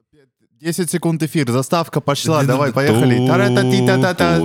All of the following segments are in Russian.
10 секунд эфир, заставка пошла, давай, поехали. Тара-та-ти-та-та-та.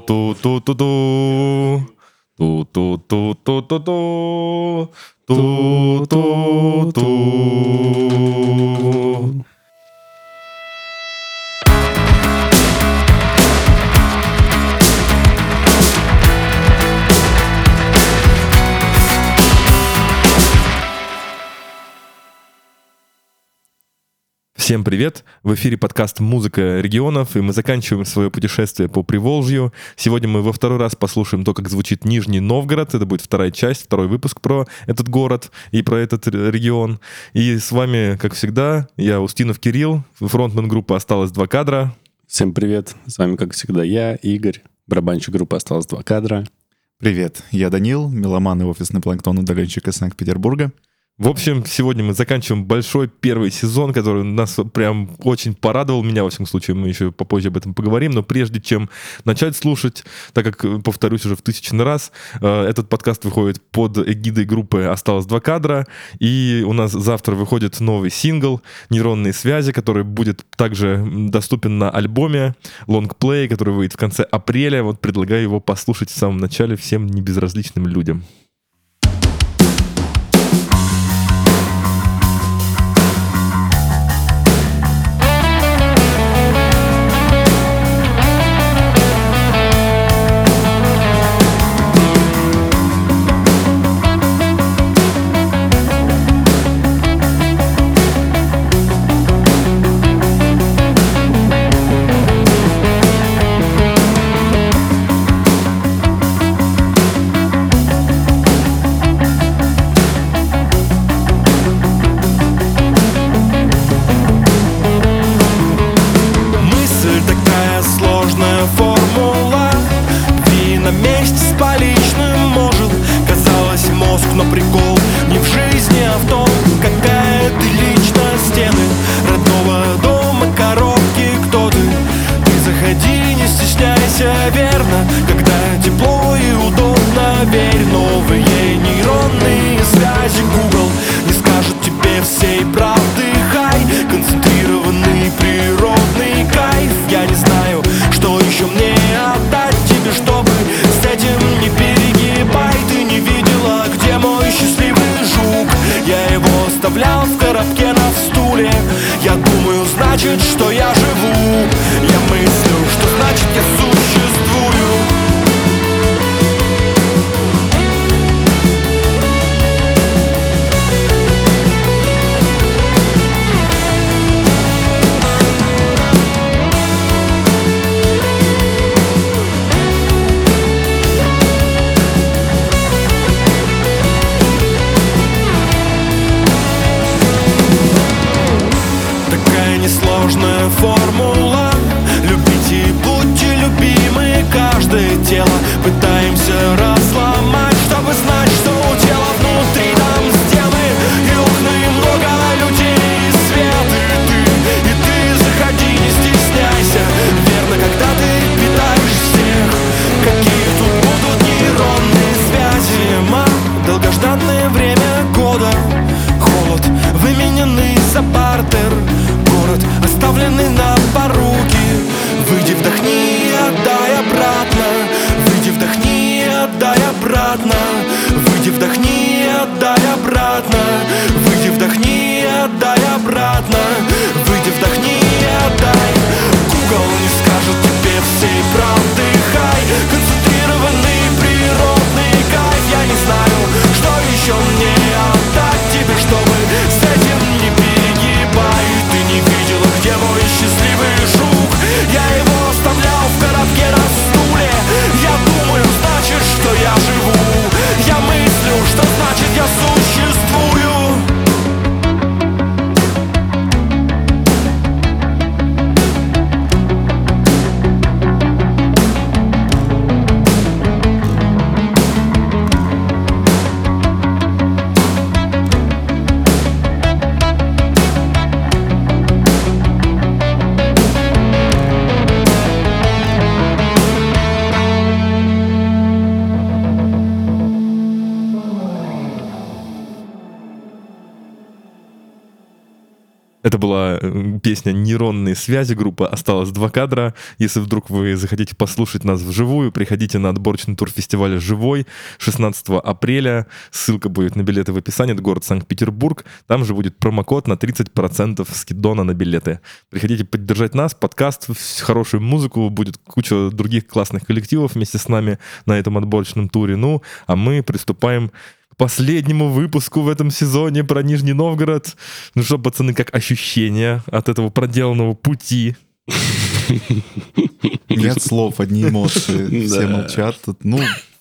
Всем привет! В эфире подкаст «Музыка регионов», и мы заканчиваем свое путешествие по Приволжью. Сегодня мы во второй раз послушаем то, как звучит Нижний Новгород. Это будет вторая часть, второй выпуск про этот город и про этот регион. И с вами, как всегда, я, Устинов Кирилл, фронтмен группы «Осталось два кадра». Всем привет! С вами, как всегда, я, Игорь, барабанщик группы «Осталось два кадра». Привет, я Данил, меломан и офисный планктон, удаленщик из Санкт-Петербурга. В общем, сегодня мы заканчиваем большой первый сезон, который нас прям очень порадовал. Меня, во всяком случае, мы еще попозже об этом поговорим. Но прежде чем начать слушать, так как, повторюсь уже в 1000 раз, этот подкаст выходит под эгидой группы «Осталось два кадра». И у нас завтра выходит новый сингл «Нейронные связи», который будет также доступен на альбоме «Лонгплей», который выйдет в конце апреля. Вот предлагаю его послушать в самом начале всем небезразличным людям. Что я живу, я мыслю, что значит я существую. Несложная формула. Любите и будьте любимы. Каждое тело пытаемся разломать, чтобы знать, что у тела внутри там стены и окна, и много людей, и свет. И ты заходи, не стесняйся. Верно, когда ты питаешь всех. Какие тут будут нейронные связи? Долгожданное время года. Холод, вымененный за бартер. Город, оставленный на была песня «Нейронные связи» группы «Осталось 2 кадра». Если вдруг вы захотите послушать нас вживую, приходите на отборочный тур фестиваля «Живой» 16 апреля. Ссылка будет на билеты в описании. Это город Санкт-Петербург. Там же будет промокод на 30% скидона на билеты. Приходите поддержать нас, подкаст, хорошую музыку. Будет куча других классных коллективов вместе с нами на этом отборочном туре. Ну, а мы приступаем к последнему выпуску в этом сезоне про Нижний Новгород. Ну что, пацаны, как ощущения от этого проделанного пути? Нет слов, одни эмоции. Все молчат. Ну,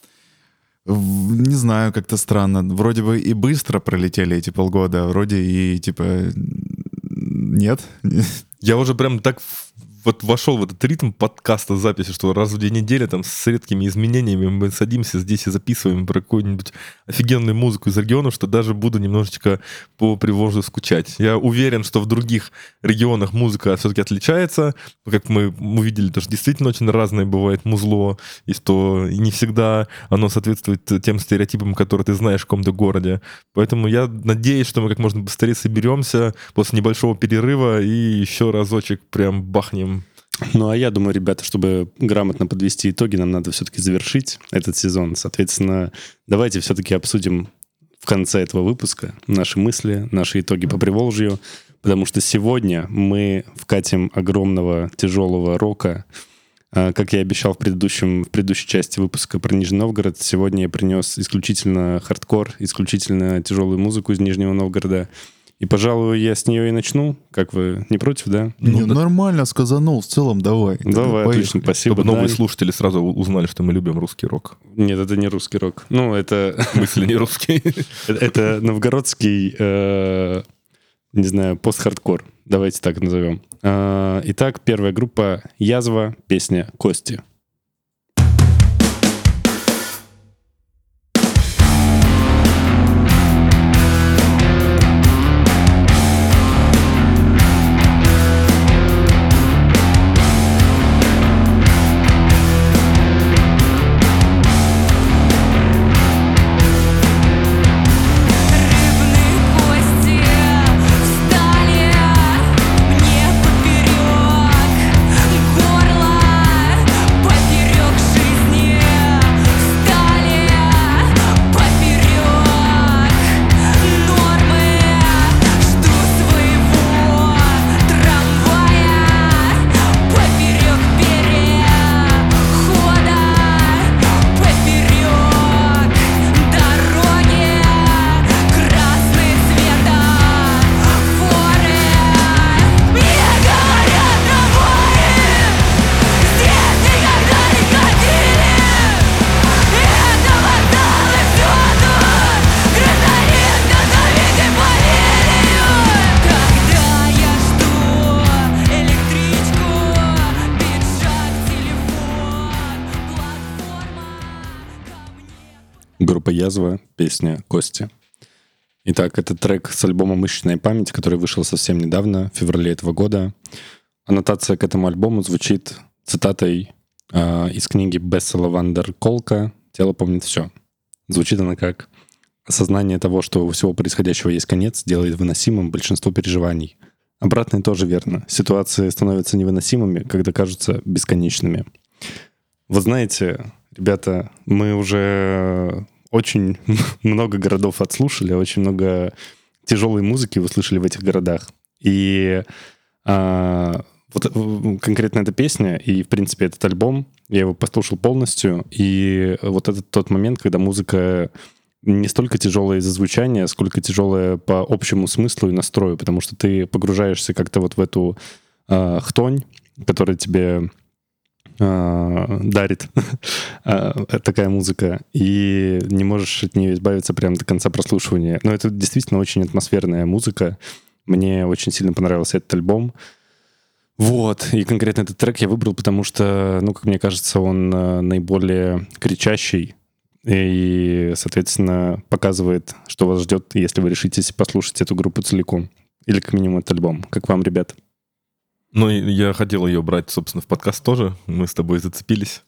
не знаю, как-то странно. Вроде бы и быстро пролетели эти полгода, а вроде и типа нет. Я уже прям так вот вошел в этот ритм подкаста записи, что раз в 2 недели там с редкими изменениями мы садимся здесь и записываем про какую-нибудь офигенную музыку из регионов, что даже буду немножечко по Приволжью скучать. Я уверен, что в других регионах музыка все-таки отличается. Как мы увидели, то что действительно очень разное бывает музло, и что не всегда оно соответствует тем стереотипам, которые ты знаешь в каком-то городе. Поэтому я надеюсь, что мы как можно быстрее соберемся после небольшого перерыва и еще разочек прям бахнем. Ну, а я думаю, ребята, чтобы грамотно подвести итоги, нам надо все-таки завершить этот сезон. Соответственно, давайте все-таки обсудим в конце этого выпуска наши мысли, наши итоги по Приволжью, потому что сегодня мы вкатим огромного тяжелого рока. Как я и обещал в предыдущей части выпуска про Нижний Новгород, сегодня я принес исключительно хардкор, исключительно тяжелую музыку из Нижнего Новгорода. И, пожалуй, я с нее и начну. Как вы, не против, да? Ну, нормально сказанул, в целом давай. Давай, отлично, спасибо. Чтобы новые слушатели сразу узнали, что мы любим русский рок. Нет, это не русский рок. Ну, это... В смысле не русский? Это новгородский, не знаю, пост-хардкор. Давайте так назовем. Итак, первая группа «Язва», песня «Кости». Группа «Язва», песня «Кости». Итак, это трек с альбома «Мышечная память», который вышел совсем недавно, в феврале этого года. Аннотация к этому альбому звучит цитатой из книги Бессела Вандер Колка «Тело помнит все». Звучит она как: «Осознание того, что у всего происходящего есть конец, делает выносимым большинство переживаний. Обратное тоже верно. Ситуации становятся невыносимыми, когда кажутся бесконечными». Вот знаете, ребята, мы уже очень много городов отслушали, очень много тяжелой музыки услышали в этих городах. И вот конкретно эта песня и, в принципе, этот альбом, я его послушал полностью, и вот это тот момент, когда музыка не столько тяжелая из-за звучания, сколько тяжелая по общему смыслу и настрою, потому что ты погружаешься как-то вот в эту хтонь, которая тебе дарит такая музыка, и не можешь от нее избавиться прямо до конца прослушивания. Но это действительно очень атмосферная музыка. Мне очень сильно понравился этот альбом. Вот, и конкретно этот трек я выбрал, потому что, ну, как мне кажется, он наиболее кричащий и, соответственно, показывает, что вас ждет, если вы решитесь послушать эту группу целиком. Или, как минимум, этот альбом. Как вам, ребят? Ну, я хотел ее брать, собственно, в подкаст тоже. Мы с тобой зацепились.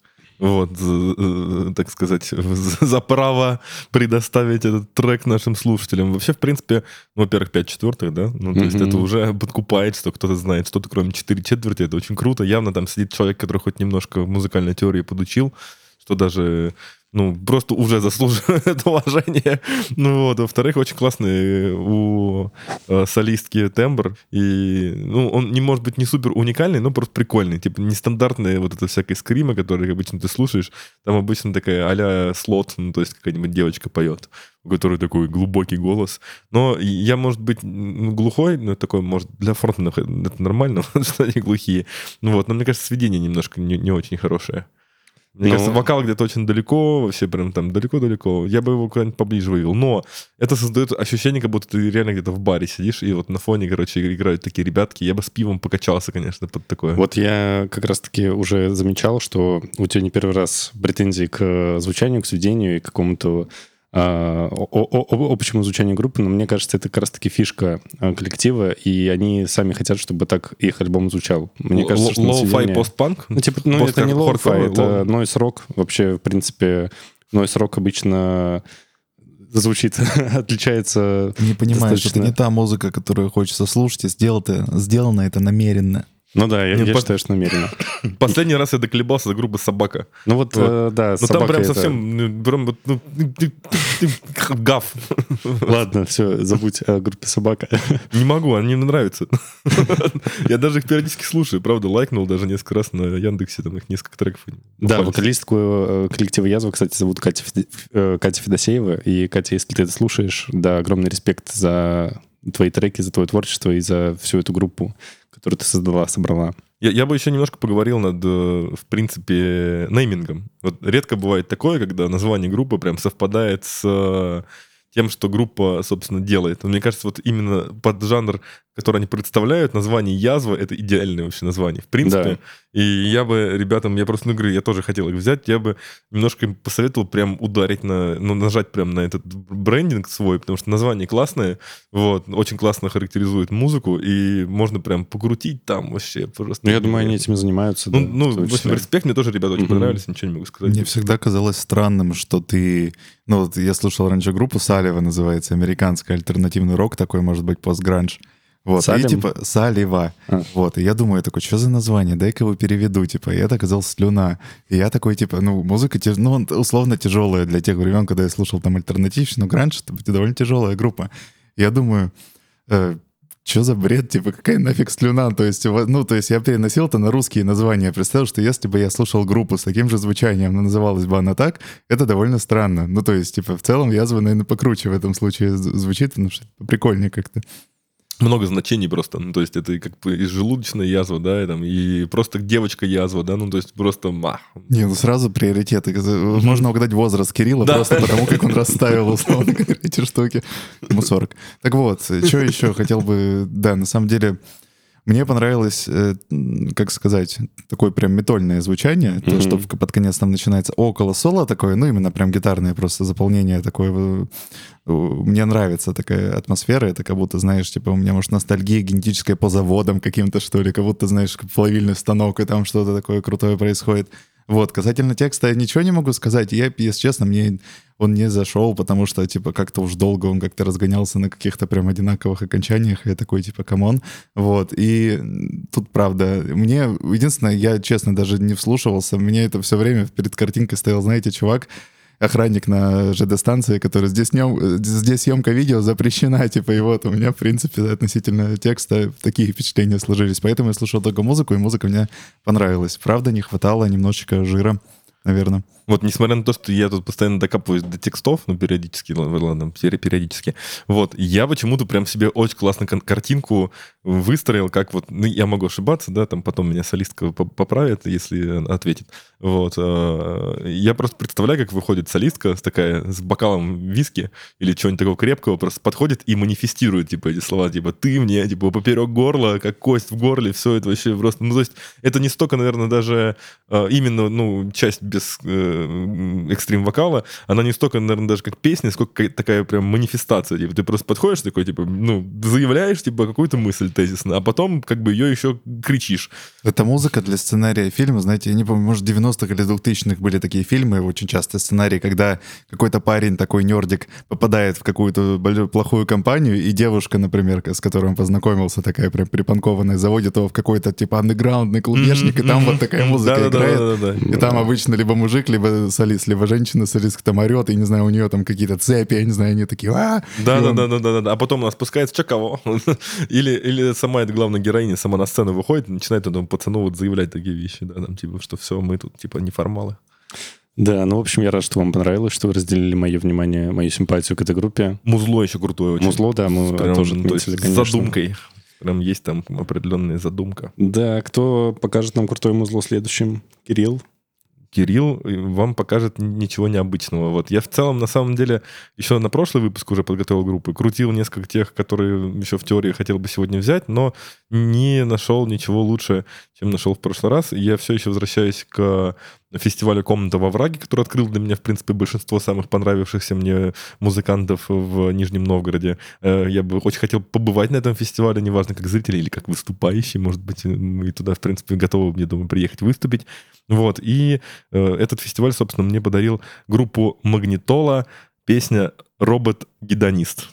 вот, так сказать, за право предоставить этот трек нашим слушателям. Вообще, в принципе, во-первых, 5/4, да, ну, то есть это уже подкупает, что кто-то знает что-то, кроме 4/4, это очень круто. Явно там сидит человек, который хоть немножко в музыкальной теории подучил, что даже... Ну, просто уже заслуживает уважения. Ну вот, во-вторых, очень классный у солистки тембр. И, ну, он не может быть не супер уникальный, но просто прикольный. Типа нестандартные вот это всякие скримы, которые обычно ты слушаешь. Там обычно такая а-ля слот, ну, то есть какая-нибудь девочка поет, у которой такой глубокий голос. Но я, может быть, глухой, но такой, может, для фронтмена это нормально, что они глухие. Ну вот, но мне кажется, сведение немножко не очень хорошее. Мне кажется, вокал где-то очень далеко, вообще прям там далеко-далеко. Я бы его куда-нибудь поближе вывел. Но это создает ощущение, как будто ты реально где-то в баре сидишь, и вот на фоне, короче, играют такие ребятки. Я бы с пивом покачался, конечно, под такое. Вот я как раз-таки уже замечал, что у тебя не первый раз претензии к звучанию, к сведению и к какому-то общему звучанию группы, но мне кажется, это как раз-таки фишка коллектива, и они сами хотят, чтобы так их альбом звучал. Мне кажется, что лоу-фай постпанк? Ну, типа, ну это не лоу-фай, это нойз-рок. Вообще, в принципе, нойз-рок обычно звучит, отличается. Ты не понимаешь, что это не та музыка, которую хочется слушать, и сделано это намеренно. Ну да, я считаю, что намеренно. Последний раз я доколебался за группу «Собака». Ну вот, да, «Собака». Ну там прям совсем, гав. Ладно, все, забудь о группе «Собака». Не могу, они мне нравятся. Я даже их периодически слушаю, правда, лайкнул даже несколько раз на Яндексе, там их несколько треков. Да, вокалистку коллектива «Язва», кстати, зовут Катя Федосеева. И, Катя, если ты это слушаешь, да, огромный респект за твои треки, за твое творчество и за всю эту группу, которую ты создала, собрала. Я бы еще немножко поговорил над, в принципе, неймингом. Вот редко бывает такое, когда название группы прям совпадает с тем, что группа, собственно, делает. Мне кажется, вот именно под жанр, который они представляют, название «Язва» — это идеальное вообще название, в принципе. Да. И я бы ребятам, я просто, говорю, я тоже хотел их взять, я бы немножко им посоветовал прям ударить нажать прям на этот брендинг свой, потому что название классное, вот, очень классно характеризует музыку, и можно прям покрутить там вообще просто. Ну, я думаю, они этим занимаются. В общем, респект, мне тоже ребята очень понравились, ничего не могу сказать. Мне всегда казалось странным, что ты... Ну, вот я слушал раньше группу Салива, называется, американская, альтернативный рок такой, может быть, постгранж. Вот, Салим? и типа Салива. Вот, и я думаю, такой, что за название? Дай-ка его переведу, типа. И это оказалось «Слюна». И я такой, типа, ну, музыка, ну, условно тяжелая для тех времен, когда я слушал там альтернативщину, гранж, это довольно тяжелая группа. Я думаю, что за бред, типа, какая нафиг «Слюна»? То есть я переносил это на русские названия. Представил, что если бы я слушал группу с таким же звучанием, но называлась бы она так, это довольно странно. Ну, то есть, типа, в целом «Язва», наверное, покруче в этом случае звучит, потому что прикольнее как-то. Много значений просто, ну, то есть это как бы и желудочная язва, да, и просто девочка-язва, да, ну, то есть просто Не, ну сразу приоритеты. Можно угадать возраст Кирилла просто потому, как он расставил, условно говоря, эти штуки. Ему 40. Так вот, что еще хотел бы... Да, на самом деле, мне понравилось, как сказать, такое прям метольное звучание, то, что под конец там начинается около соло такое, ну, именно прям гитарное просто заполнение такое. Мне нравится такая атмосфера, это как будто, знаешь, типа у меня, может, ностальгия генетическая по заводам каким-то, что ли, как будто, знаешь, плавильный станок, и там что-то такое крутое происходит. Вот, касательно текста я ничего не могу сказать. Я, если честно, мне он не зашел, потому что, типа, как-то уж долго он как-то разгонялся на каких-то прям одинаковых окончаниях, и я такой, типа, камон. Вот, и тут, правда, мне, единственное, я, честно, даже не вслушивался, мне это все время перед картинкой стоял, знаете, чувак, охранник на ЖД-станции, который здесь съемка видео запрещена, типа, и вот у меня, в принципе, относительно текста такие впечатления сложились. Поэтому я слушал только музыку, и музыка мне понравилась. Правда, не хватало немножечко жира, наверное. Вот, несмотря на то, что я тут постоянно докапываюсь до текстов, ну, периодически, вот, я почему-то прям себе очень классно картинку выстроил, как вот, ну, я могу ошибаться, да, там потом меня солистка поправит, если ответит. Вот, я просто представляю, как выходит солистка с бокалом виски или чего-нибудь такого крепкого, просто подходит и манифестирует, типа, эти слова, типа, ты мне, типа, поперек горла, как кость в горле, все это вообще просто, ну, то есть, это не столько, наверное, даже именно, ну, часть без экстрим-вокала, она не столько, наверное, даже как песня, сколько такая прям манифестация. Типа, ты просто подходишь такой, типа, ну, заявляешь, типа, какую-то мысль тезисно, а потом как бы ее еще кричишь. Это музыка для сценария фильма, знаете, я не помню, может, 90-х или 2000-х были такие фильмы, очень часто сценарии, когда какой-то парень, такой нердик, попадает в какую-то плохую компанию, и девушка, например, с которой он познакомился, такая прям припанкованная, заводит его в какой-то, типа, андеграундный клубешник, и там вот такая музыка играет. И там обычно либо мужик, либо солист, либо женщина-солист там орет, и, не знаю, у нее там какие-то цепи, я не знаю, они такие... Да. А потом она спускается, что кого? Или сама эта главная героиня сама на сцену выходит и начинает этому пацану вот заявлять такие вещи, да, там, типа, что все, мы тут, типа, неформалы. Да, ну, в общем, я рад, что вам понравилось, что вы разделили мое внимание, мою симпатию к этой группе. Музло еще крутое очень. Музло, да, мы прям, тоже отметили, конечно. С задумкой. Прям есть там определенная задумка. Да, кто покажет нам крутое музло следующим? Кирилл? Кирилл вам покажет ничего необычного. Вот я в целом, на самом деле, еще на прошлый выпуск уже подготовил группы, крутил несколько тех, которые еще в теории хотел бы сегодня взять, но не нашел ничего лучше, чем нашел в прошлый раз. И я все еще возвращаюсь к фестивалю «Комната во враге», который открыл для меня, в принципе, большинство самых понравившихся мне музыкантов в Нижнем Новгороде. Я бы очень хотел побывать на этом фестивале, неважно, как зритель или как выступающий, может быть, мы туда, в принципе, готовы, я думаю, приехать выступить. Вот, и этот фестиваль, собственно, мне подарил группу «Магнитола», песня «Робот-гедонист».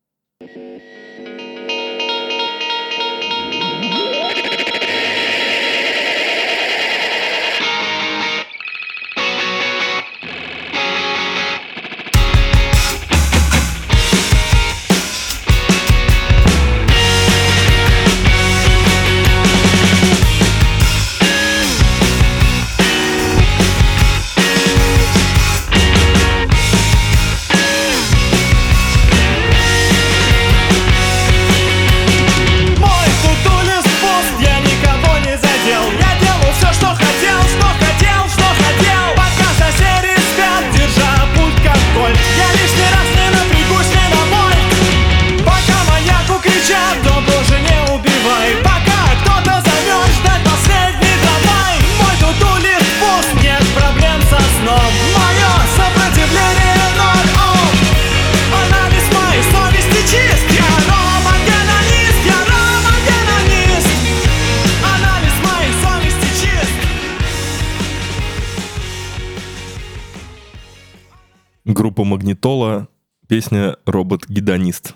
Группа «Магнитола», песня «Робот-гедонист».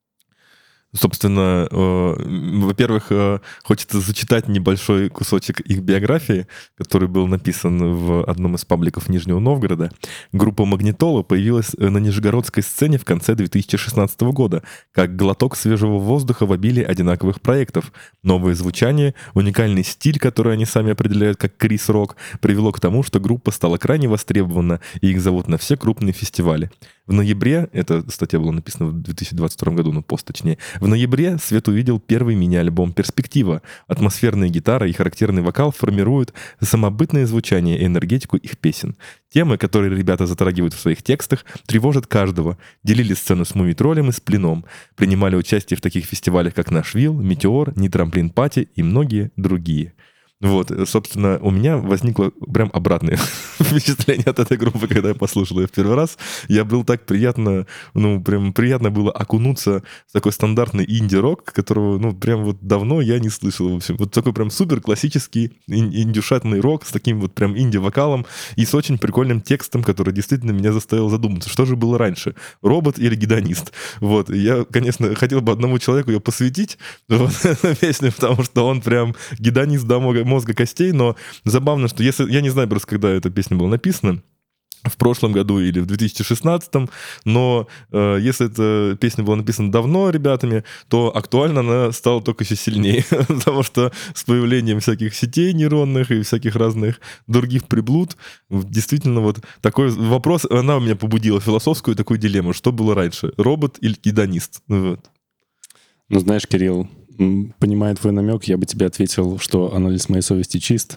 Собственно, во-первых, хочется зачитать небольшой кусочек их биографии, который был написан в одном из пабликов Нижнего Новгорода. Группа «Магнитола» появилась на нижегородской сцене в конце 2016 года, как глоток свежего воздуха в обилии одинаковых проектов. Новое звучание, уникальный стиль, который они сами определяют как крис-рок, привело к тому, что группа стала крайне востребована, и их зовут на все крупные фестивали. В ноябре, эта статья была написана в 2022 году, пост точнее, в ноябре свет увидел первый мини-альбом «Перспектива». Атмосферная гитара и характерный вокал формируют самобытное звучание и энергетику их песен. Темы, которые ребята затрагивают в своих текстах, тревожат каждого. Делили сцену с Мумитролем и с Пленом. Принимали участие в таких фестивалях, как «Нашвилл», «Метеор», «Нитрамплин Пати» и многие другие. Вот, собственно, у меня возникло прям обратное впечатление от этой группы, когда я послушал ее в первый раз. Я был так приятно, прям приятно было окунуться в такой стандартный инди-рок, которого, прям вот давно я не слышал. В общем, вот такой прям супер классический индюшатный рок с таким вот прям инди-вокалом и с очень прикольным текстом, который действительно меня заставил задуматься, что же было раньше, робот или гедонист. Вот, я, конечно, хотел бы одному человеку ее посвятить, вот, эту песню, потому что он прям гедонист до мозга костей, но забавно, что если... Я не знаю просто, когда эта песня была написана, в прошлом году или в 2016, но если эта песня была написана давно ребятами, то актуально она стала только еще сильнее, потому что с появлением всяких сетей нейронных и всяких разных других приблуд, действительно вот такой вопрос, она у меня побудила философскую такую дилемму, что было раньше, робот или гедонист? Вот. Ну, знаешь, Кирилл, понимая твой намек, я бы тебе ответил, что анализ моей совести чист.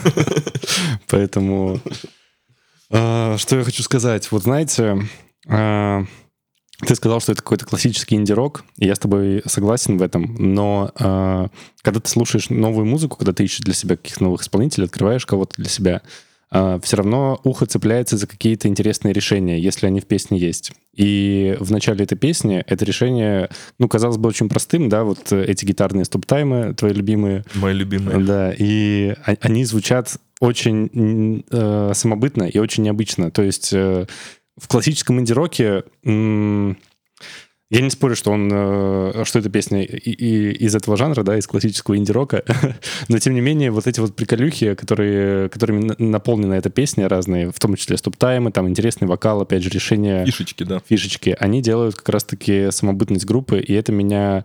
Поэтому... Что я хочу сказать? Вот знаете, ты сказал, что это какой-то классический инди-рок, и я с тобой согласен в этом, но когда ты слушаешь новую музыку, когда ты ищешь для себя каких-то новых исполнителей, открываешь кого-то для себя, все равно ухо цепляется за какие-то интересные решения, если они в песне есть. И в начале этой песни это решение, ну, казалось бы, очень простым, да, вот эти гитарные стоп-таймы, твои любимые. Мои любимые. Да, и они звучат очень самобытно и очень необычно. То есть в классическом инди-роке... Я не спорю, что эта песня из этого жанра, да, из классического инди-рока, но тем не менее вот эти вот приколюхи, которыми наполнена эта песня разные, в том числе стоп-таймы, там интересный вокал, опять же, решения... Фишечки, они делают как раз-таки самобытность группы, и это меня,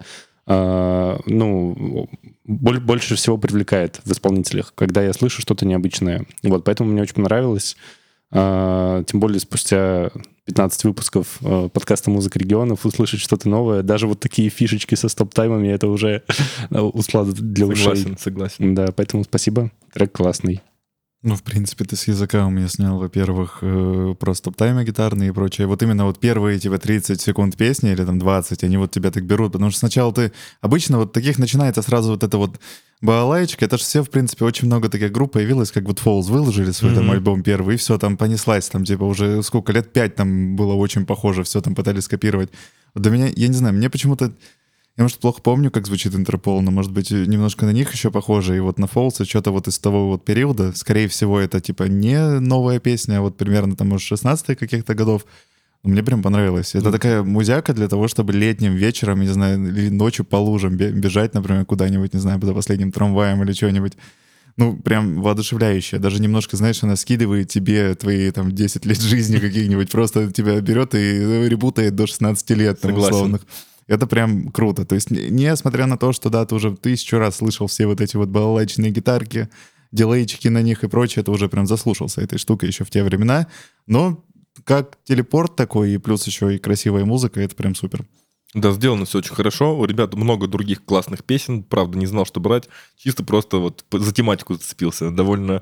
больше всего привлекает в исполнителях, когда я слышу что-то необычное. Вот, поэтому мне очень понравилось, тем более спустя 15 выпусков подкаста «Музыка регионов» услышать что-то новое. Даже вот такие фишечки со стоп-таймами — это уже услада для ушей. Согласен. Да, поэтому спасибо. Трек классный. Ну, в принципе, ты с языка у меня снял, во-первых, про стоп-таймы гитарные и прочее. Вот именно вот первые, 30 секунд песни или там 20, они вот тебя так берут, потому что сначала ты... Обычно вот таких начинается сразу вот это вот балалайчика. Это же все, в принципе, очень много таких групп появилось, как вот Falls выложили свой там альбом первый, и все, там понеслась, там уже сколько, лет 5 там было очень похоже, все там пытались скопировать. Вот до меня, я не знаю, мне почему-то... Я, может, плохо помню, как звучит Интерпол, но, может быть, немножко на них еще похоже. И вот на Фолса что-то вот из того вот периода, скорее всего, это не новая песня, а вот примерно там, может, 16-х каких-то годов. Но мне прям понравилось. Это такая музяка для того, чтобы летним вечером, не знаю, или ночью по лужам бежать, например, куда-нибудь, не знаю, за последним трамваем или что-нибудь. Ну, прям воодушевляющая. Даже немножко, знаешь, она скидывает тебе твои там 10 лет жизни каких-нибудь, просто тебя берет и ребутает до 16 лет там, условных. Это прям круто. То есть, несмотря на то, что, да, ты уже 1000 раз слышал все вот эти вот балалайчные гитарки, дилейчики на них и прочее, ты уже прям заслушался этой штукой еще в те времена. Но как телепорт такой, и плюс еще и красивая музыка, это прям супер. Да, сделано все очень хорошо. У ребят много других классных песен. Правда, не знал, что брать. Чисто просто вот за тематику зацепился. Довольно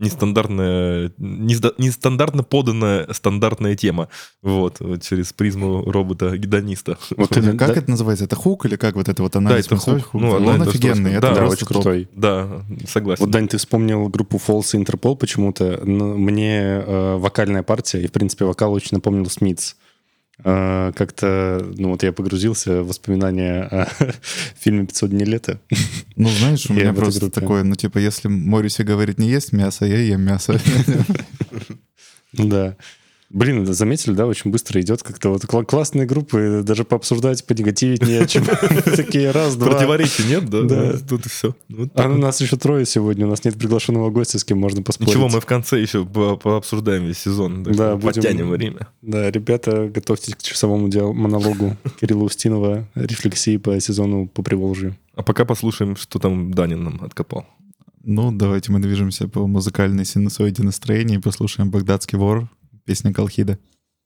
нестандартно поданная стандартная тема. Вот, через призму робота-гедониста. Вот как это называется? Это хук или как вот это вот анализ? Да, это хук. Он офигенный. Да, очень крутой. Да, согласен. Вот, Дань, ты вспомнил группу Falls и Интерпол почему-то. Мне вокальная партия, и, в принципе, вокал очень напомнил Смитс. Как-то, я погрузился в воспоминания о фильме «500 дней лета». Ну, знаешь, у меня просто такое, если Мориси говорит не есть мясо, я ем мясо. Да. Блин, заметили, да, очень быстро идет как-то вот классные группы, даже пообсуждать, понегативить не о чем. Такие раз-два. Противоречий нет, да? Да. Тут и все. А у нас еще 3 сегодня, у нас нет приглашенного гостя, с кем можно поспорить. Ничего, мы в конце еще пообсуждаем весь сезон. Да, подтянем время. Да, ребята, готовьтесь к часовому монологу Кирилла Устинова, рефлексии по сезону по Приволжью. А пока послушаем, что там Данин нам откопал. Ну, давайте мы движемся по музыкальной синусоиде настроения и послушаем «Багдадский вор», песня Колхида.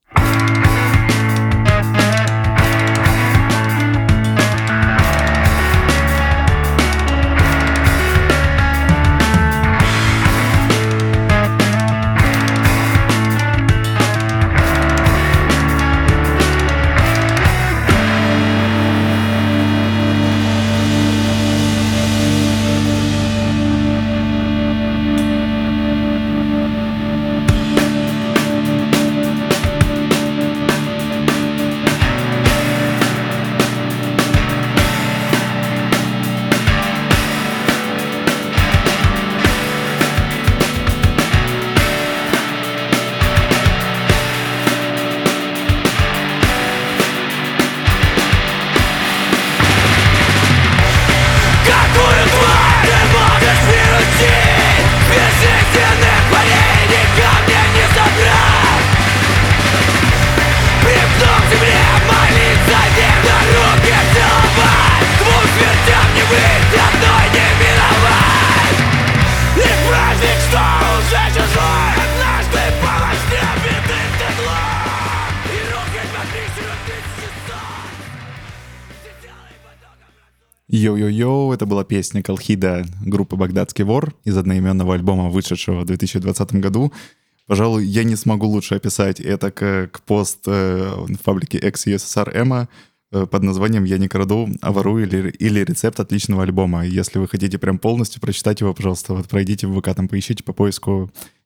Йоу-йоу-йоу, это была песня Колхида группы «Багдадский вор» из одноименного альбома, вышедшего в 2020 году. Пожалуй, я не смогу лучше описать это как пост в паблике ex-USSR Эма под названием «Я не краду, а ворую» или «Рецепт отличного альбома». Если вы хотите прям полностью прочитать его, пожалуйста, вот пройдите в ВК, там поищите по поиску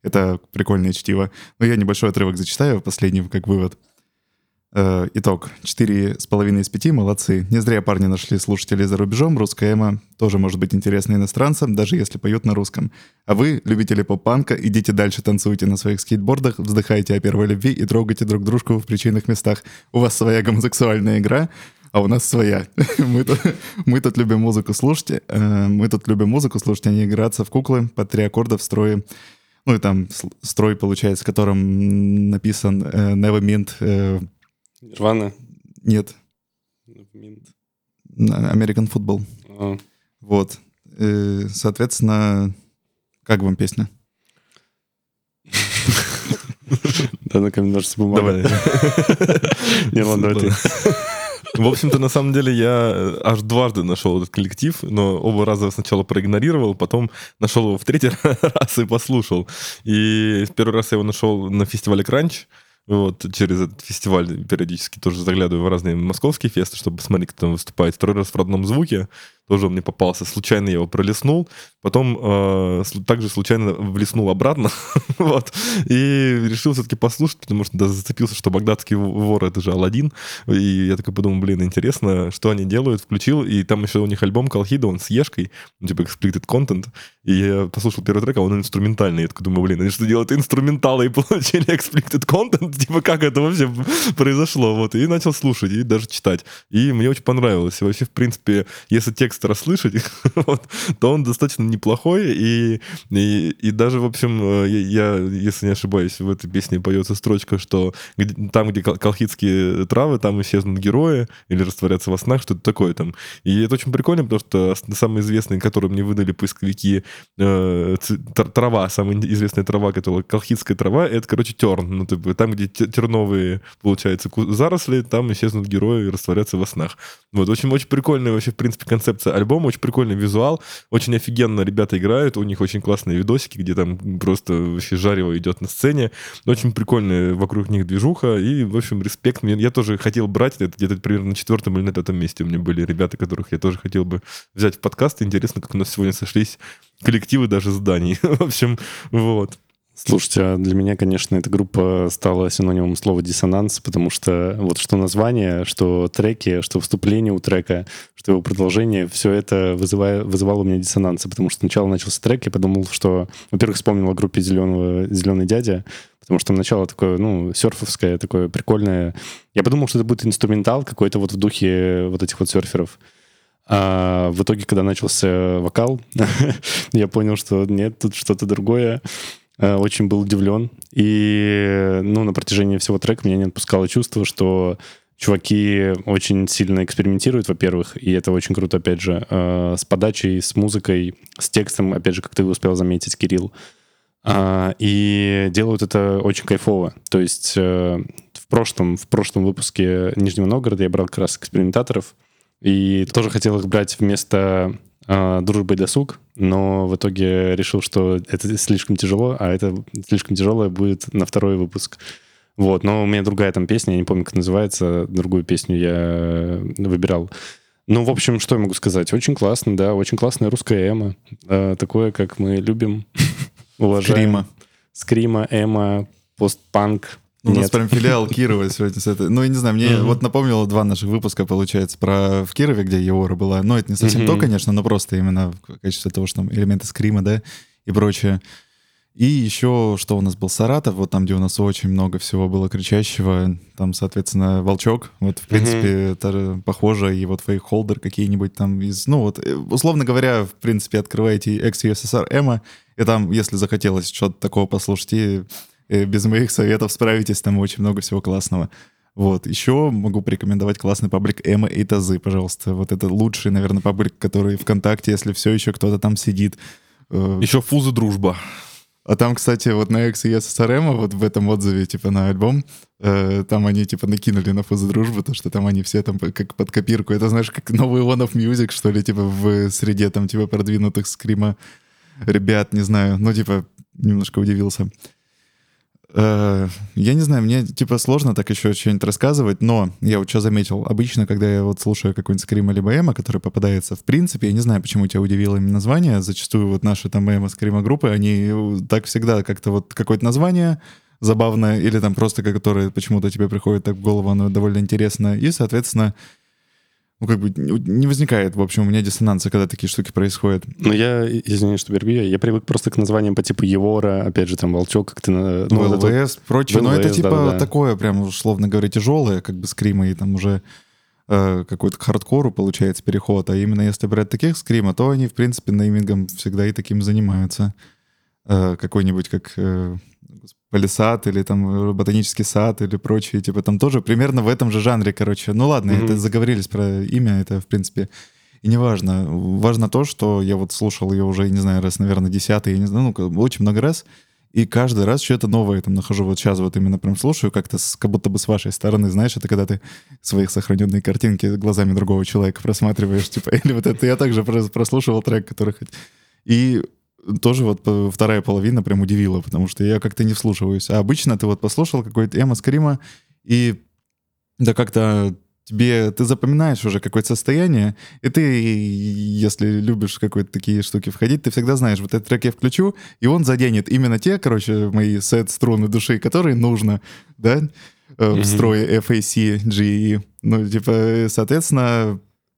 Это прикольное чтиво. Но я небольшой отрывок зачитаю, последний как вывод. Итог. 4,5 из 5. Молодцы. Не зря парни нашли слушателей за рубежом. Русская эмо тоже может быть интересна иностранцам, даже если поют на русском. А вы, любители поп-панка, идите дальше, танцуйте на своих скейтбордах, вздыхайте о первой любви и трогайте друг дружку в причинных местах. У вас своя гомосексуальная игра, а у нас своя. Мы тут любим музыку слушать, а не играться в куклы под 3 аккорда в строе. Ну и там строй, получается, в котором написан Nevermind. Нирвана? Нет. American Football. Вот. Соответственно, как вам песня? Да, на камень, ножницы, бумага. Не, ладно, давай ты. В общем-то, на самом деле, я аж дважды нашел этот коллектив, но оба раза сначала проигнорировал, потом нашел его в 3-й раз и послушал. И в первый раз я его нашел на фестивале «Кранч». Вот, через этот фестиваль периодически тоже заглядываю в разные московские фесты, чтобы посмотреть, кто там выступает. 2-й раз в родном звуке. Тоже он мне попался. Случайно я его пролистнул. Потом также случайно влеснул обратно. Вот. И решил все-таки послушать, потому что зацепился, что «Багдадский вор» — это же Аладдин. И я такой подумал, интересно, что они делают. Включил, и там еще у них альбом Колхида, он с Ешкой, типа explicit content. И я послушал первый трек, а он инструментальный. Я такой думаю, они что делают инструменталы и получили explicit content? Типа, как это вообще произошло? Вот. И начал слушать, и даже читать. И мне очень понравилось. И вообще, в принципе, если текст расслышать, вот, то он достаточно неплохой. И даже, в общем, я, если не ошибаюсь, в этой песне поется строчка, что там, где колхидские травы, там исчезнут герои или растворятся во снах, что-то такое там. И это очень прикольно, потому что самый известный, который мне выдали поисковики, трава, самая известная трава, которая колхидская трава, это, короче, терн. Ну, типа, там, где терновые, получается, заросли, там исчезнут герои и растворятся во снах. Вот, очень прикольная вообще, в принципе, концепция альбома, очень прикольный визуал, очень офигенно ребята играют, у них очень классные видосики, где там просто вообще жарево идет на сцене, очень прикольная вокруг них движуха, и, в общем, респект. Я тоже хотел брать, это где-то примерно на 4-м или на 5-м месте у меня были ребята, которых я тоже хотел бы взять в подкаст. Интересно, как у нас сегодня сошлись коллективы даже зданий. В общем, вот. Слушайте, а для меня, конечно, эта группа стала синонимом слова «диссонанс», потому что вот что название, что треки, что вступление у трека, что его продолжение, все это вызывало у меня диссонансы, потому что сначала начался трек, я подумал, что, во-первых, вспомнил о группе «Зеленый дядя», потому что там начало такое, серфовское, такое прикольное. Я подумал, что это будет инструментал какой-то вот в духе вот этих вот серферов. А в итоге, когда начался вокал, я понял, что нет, тут что-то другое. Очень был удивлен. И на протяжении всего трека меня не отпускало чувство, что чуваки очень сильно экспериментируют, во-первых, и это очень круто, опять же, с подачей, с музыкой, с текстом, опять же, как ты успел заметить, Кирилл. И делают это очень кайфово. То есть в прошлом выпуске Нижнего Новгорода я брал как раз экспериментаторов, и тоже хотел их брать вместо «Дружба и досуг», но в итоге решил, что это слишком тяжело, а это слишком тяжелое будет на 2-й выпуск. Вот, но у меня другая там песня, я не помню, как называется, другую песню я выбирал. В общем, что я могу сказать? Очень классно, да, очень классная русская эмо, такое, как мы любим, уважаем. Скрима, эмо, постпанк. У нас прям филиал Кирова сегодня с этой. Я не знаю, мне вот напомнило 2 наших выпуска, получается, про в Кирове, где Евора была. Это не совсем то, конечно, но просто именно в качестве того, что там элементы скрима, да, и прочее. И еще, что у нас был Саратов, вот там, где у нас очень много всего было кричащего, там, соответственно, Волчок, вот, в принципе, это похоже, и вот Фейкхолдер какие-нибудь там из, условно говоря, в принципе, открываете ex-USSR эмо, и там, если захотелось что-то такого послушать, и без моих советов справитесь, там очень много всего классного. Вот. Еще могу порекомендовать классный паблик Эмо и Тазы, пожалуйста. Вот это лучший, наверное, паблик, который ВКонтакте, если все еще кто-то там сидит. Еще Фузы дружба. А там, кстати, вот на ex-USSR эмо, вот в этом отзыве, типа, на альбом, там они, типа, накинули на Фузы дружбу, то, что там они все там как под копирку. Это, знаешь, как новый One of Music, что ли, типа, в среде там, типа, продвинутых скрима ребят, не знаю. Немножко удивился. Я не знаю, мне типа сложно так еще что-нибудь рассказывать, но я вот что заметил. Обычно, когда я вот слушаю какой-нибудь скрима либо эмо, который попадается в принципе, я не знаю, почему тебя удивило именно название, зачастую вот наши там эмо-скрима-группы, они так всегда как-то вот какое-то название забавное или там просто которое почему-то тебе приходит так в голову, оно довольно интересно, и, соответственно, ну, как бы не возникает, в общем, у меня диссонанса, когда такие штуки происходят. Ну, я, извини, что перебью, я привык просто к названиям по типу Евора, опять же, там, Волчок, как ты... Ну, вот ЛВС, прочее, но это типа да. такое, прям, условно говоря, тяжелое, как бы скримы, и там уже какой-то к хардкору получается переход, а именно если брать таких скрима, то они, в принципе, неймингом всегда и таким занимаются. Какой-нибудь как Палисад или там Ботанический сад или прочие, типа там тоже примерно в этом же жанре, короче. Ну ладно, это заговорились про имя, это, в принципе, и не важно. Важно то, что я вот слушал ее уже, не знаю, раз, наверное, 10-й, я не знаю, ну, очень много раз, и каждый раз что-то новое там нахожу. Вот сейчас вот именно прям слушаю, как-то как будто бы с вашей стороны, знаешь, это когда ты своих сохраненные картинки глазами другого человека просматриваешь, типа, или вот это я также прослушивал трек, который... И тоже вот вторая половина прям удивила, потому что я как-то не вслушиваюсь. А обычно ты вот послушал какой-то эмо-скрима, и да как-то ты запоминаешь уже какое-то состояние, и ты, если любишь в какие-то такие штуки входить, ты всегда знаешь, вот этот трек я включу, и он заденет именно те, короче, мои сет-струны души, которые нужно, да, в строе FAC, GE. Ну, типа, соответственно...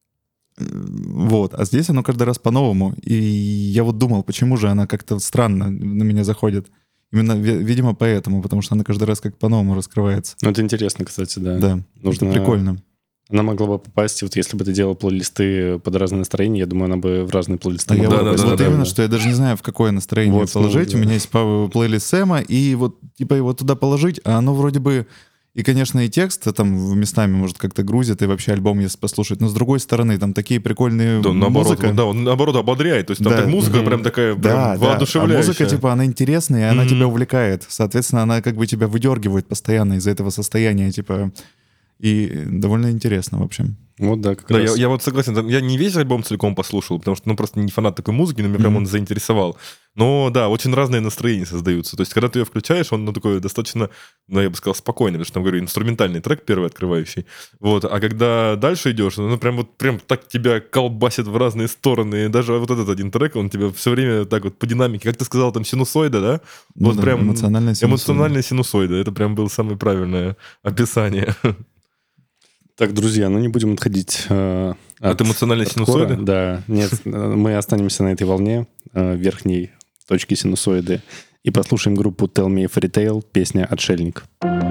Вот, а здесь оно каждый раз по-новому. И я вот думал, почему же она как-то странно на меня заходит. Именно, видимо, поэтому, потому что она каждый раз как по-новому раскрывается. Ну, это интересно, кстати, да. Да, нужно... это прикольно. Она могла бы попасть, вот если бы ты делал плейлисты под разные настроения, я думаю, она бы в разные плейлисты могла бы попасть. Вот именно, что я даже не знаю, в какое настроение вот, положить. Ну, да. У меня есть плейлист Сэма, и вот типа его туда положить, а оно вроде бы... И, конечно, и текст там местами, может, как-то грузит, и вообще альбом, если послушать. Но, с другой стороны, там такие прикольные музыка. Да, он, наоборот, ободряет. То есть там так музыка прям такая прям воодушевляющая. А музыка, типа, она интересная, и она тебя увлекает. Соответственно, она как бы тебя выдергивает постоянно из этого состояния, типа... И довольно интересно, в общем. Вот, да, как да, раз. Я вот согласен. Я не весь альбом целиком послушал, потому что, ну, просто не фанат такой музыки, но меня прям он заинтересовал. Но, да, очень разные настроения создаются. То есть, когда ты ее включаешь, он, ну, такой достаточно, ну, я бы сказал, спокойный, потому что, там, говорю, инструментальный трек первый открывающий. Вот, а когда дальше идешь, ну, прям так тебя колбасит в разные стороны. И даже вот этот один трек, он тебя все время так вот по динамике, как ты сказал, там, синусоида, да? Ну, вот да, прям эмоциональная синусоида. Это прям было самое правильное описание. Так, друзья, ну не будем отходить от эмоциональной синусоиды? Да, нет, мы останемся на этой волне верхней точки синусоиды и послушаем группу Tell Me a Fairy Tale, песня «Отшельник».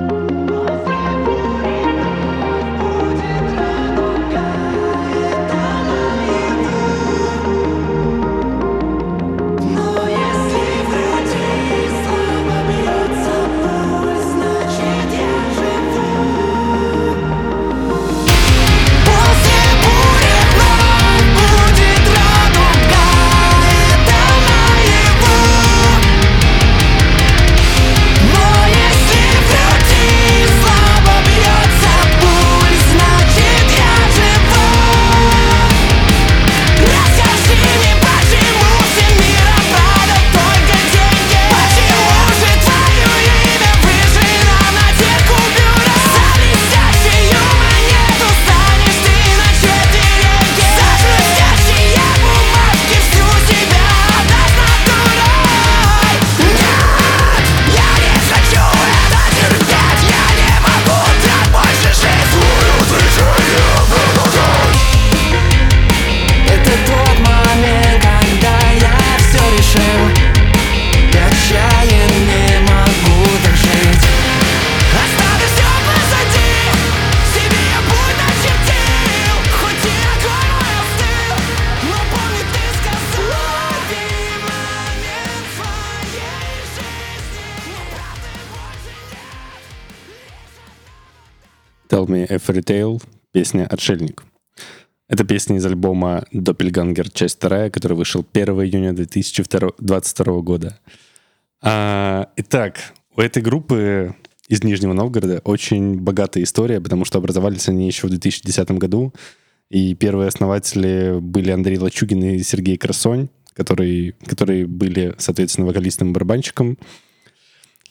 Tell Me a Fairy Tale, песня «Отшельник». Это песня из альбома «Doppelganger. Часть 2», который вышел 1 июня 2022 года. Итак, у этой группы из Нижнего Новгорода очень богатая история, потому что образовались они еще в 2010 году. И первые основатели были Андрей Лачугин и Сергей Красонь, которые были, соответственно, вокалистом и барабанщиком.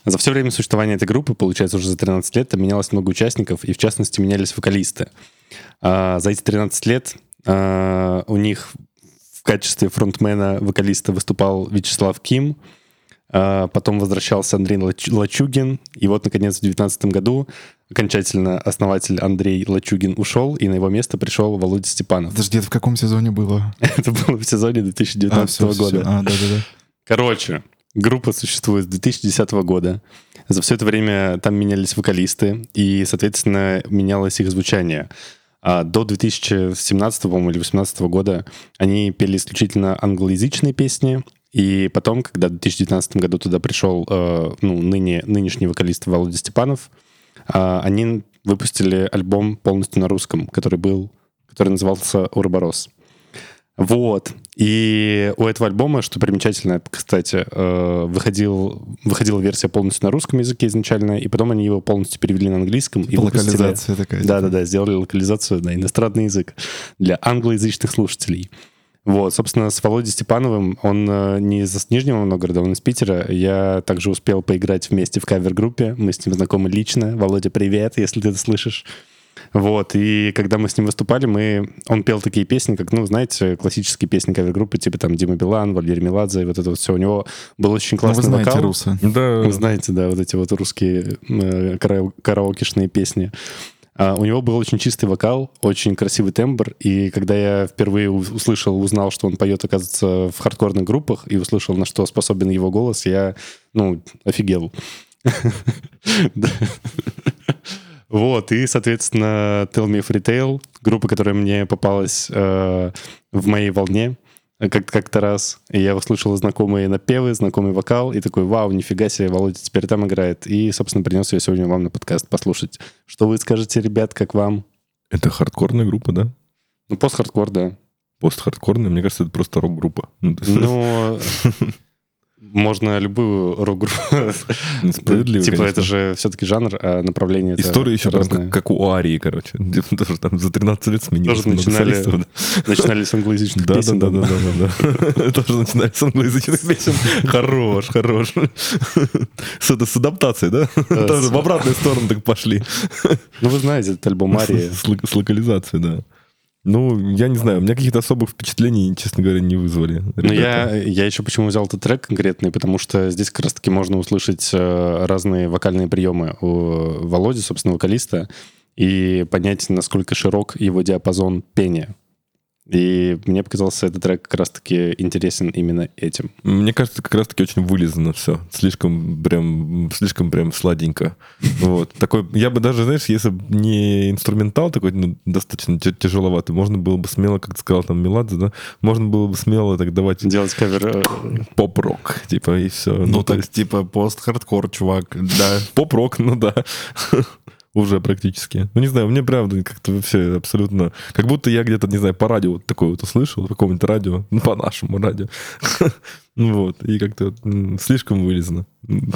За все время существования этой группы, получается, уже за 13 лет, там менялось много участников, и в частности менялись вокалисты. За эти 13 лет у них в качестве фронтмена вокалиста выступал Вячеслав Ким, потом возвращался Андрей Лачугин, и вот, наконец, в 2019 году окончательно основатель Андрей Лачугин ушел, и на его место пришел Володя Степанов. Подожди, это в каком сезоне было? Это было в сезоне 2019 года. Да-да-да. Короче, группа существует с 2010 года. За все это время там менялись вокалисты, и, соответственно, менялось их звучание. А до 2017, по-моему, или 2018 года они пели исключительно англоязычные песни, и потом, когда в 2019 году туда пришел нынешний вокалист Володя Степанов, они выпустили альбом полностью на русском, который назывался «Урборос». Вот. И у этого альбома, что примечательно, кстати, выходила версия полностью на русском языке изначально, и потом они его полностью перевели на английском. И локализация такая. Да-да-да, сделали локализацию на иностранный язык для англоязычных слушателей. Вот, собственно, с Володей Степановым, он не из Нижнего Новгорода, он из Питера. Я также успел поиграть вместе в кавер-группе. Мы с ним знакомы лично. Володя, привет, если ты это слышишь. Вот, и когда мы с ним выступали, он пел такие песни, как, знаете, классические песни кавер-группы, типа там Дима Билан, Валерий Меладзе, вот это вот все. У него был очень классный вокал. Вы знаете русы. Да. Вы знаете, да, вот эти вот русские караокешные песни. У него был очень чистый вокал, очень красивый тембр, и когда я впервые узнал, что он поет, оказывается, в хардкорных группах, и услышал, на что способен его голос, я, офигел. Вот, и, соответственно, Tell Me Free Tale, группа, которая мне попалась в моей волне как-то раз. И я услышал знакомые напевы, знакомый вокал, и такой, вау, нифига себе, Володя теперь там играет. И, собственно, принес ее сегодня вам на подкаст послушать. Что вы скажете, ребят, как вам? Это хардкорная группа, да? Пост-хардкор, да. Пост-хардкорная? Мне кажется, это просто рок-группа. Можно любую рок-группу. Справедливо, типа, конечно. это же все-таки жанр, а направление это история еще разное. прям как у Арии, короче. Тоже там за 13 лет сменилось. Тоже начинали с англоязычных песен. Да. Тоже начинали с англоязычных песен. Хорош. С адаптацией, да? Тоже в обратную сторону так пошли. Вы знаете, этот альбом Арии. С локализацией, да. Я не знаю, у меня каких-то особых впечатлений, честно говоря, не вызвали. Я еще почему взял этот трек конкретный, потому что здесь как раз-таки можно услышать разные вокальные приемы у Володи, собственно, вокалиста, и понять, насколько широк его диапазон пения. И мне показался этот трек как раз-таки интересен именно этим. Мне кажется, как раз-таки очень вылизано все. Слишком прям сладенько. Вот. Такой, я бы даже, знаешь, если бы не инструментал такой, достаточно тяжеловатый, можно было бы смело, как ты сказал, там, Меладзе, да, можно было бы смело так давать... Делать кавер... Поп-рок, типа, и все. Типа пост-хардкор, чувак, да. Поп-рок, да. Уже практически. Не знаю, мне правда как-то вообще абсолютно... Как будто я где-то, не знаю, по радио вот такое вот услышал, в каком-нибудь радио, по нашему радио. Вот, и как-то слишком вылезно.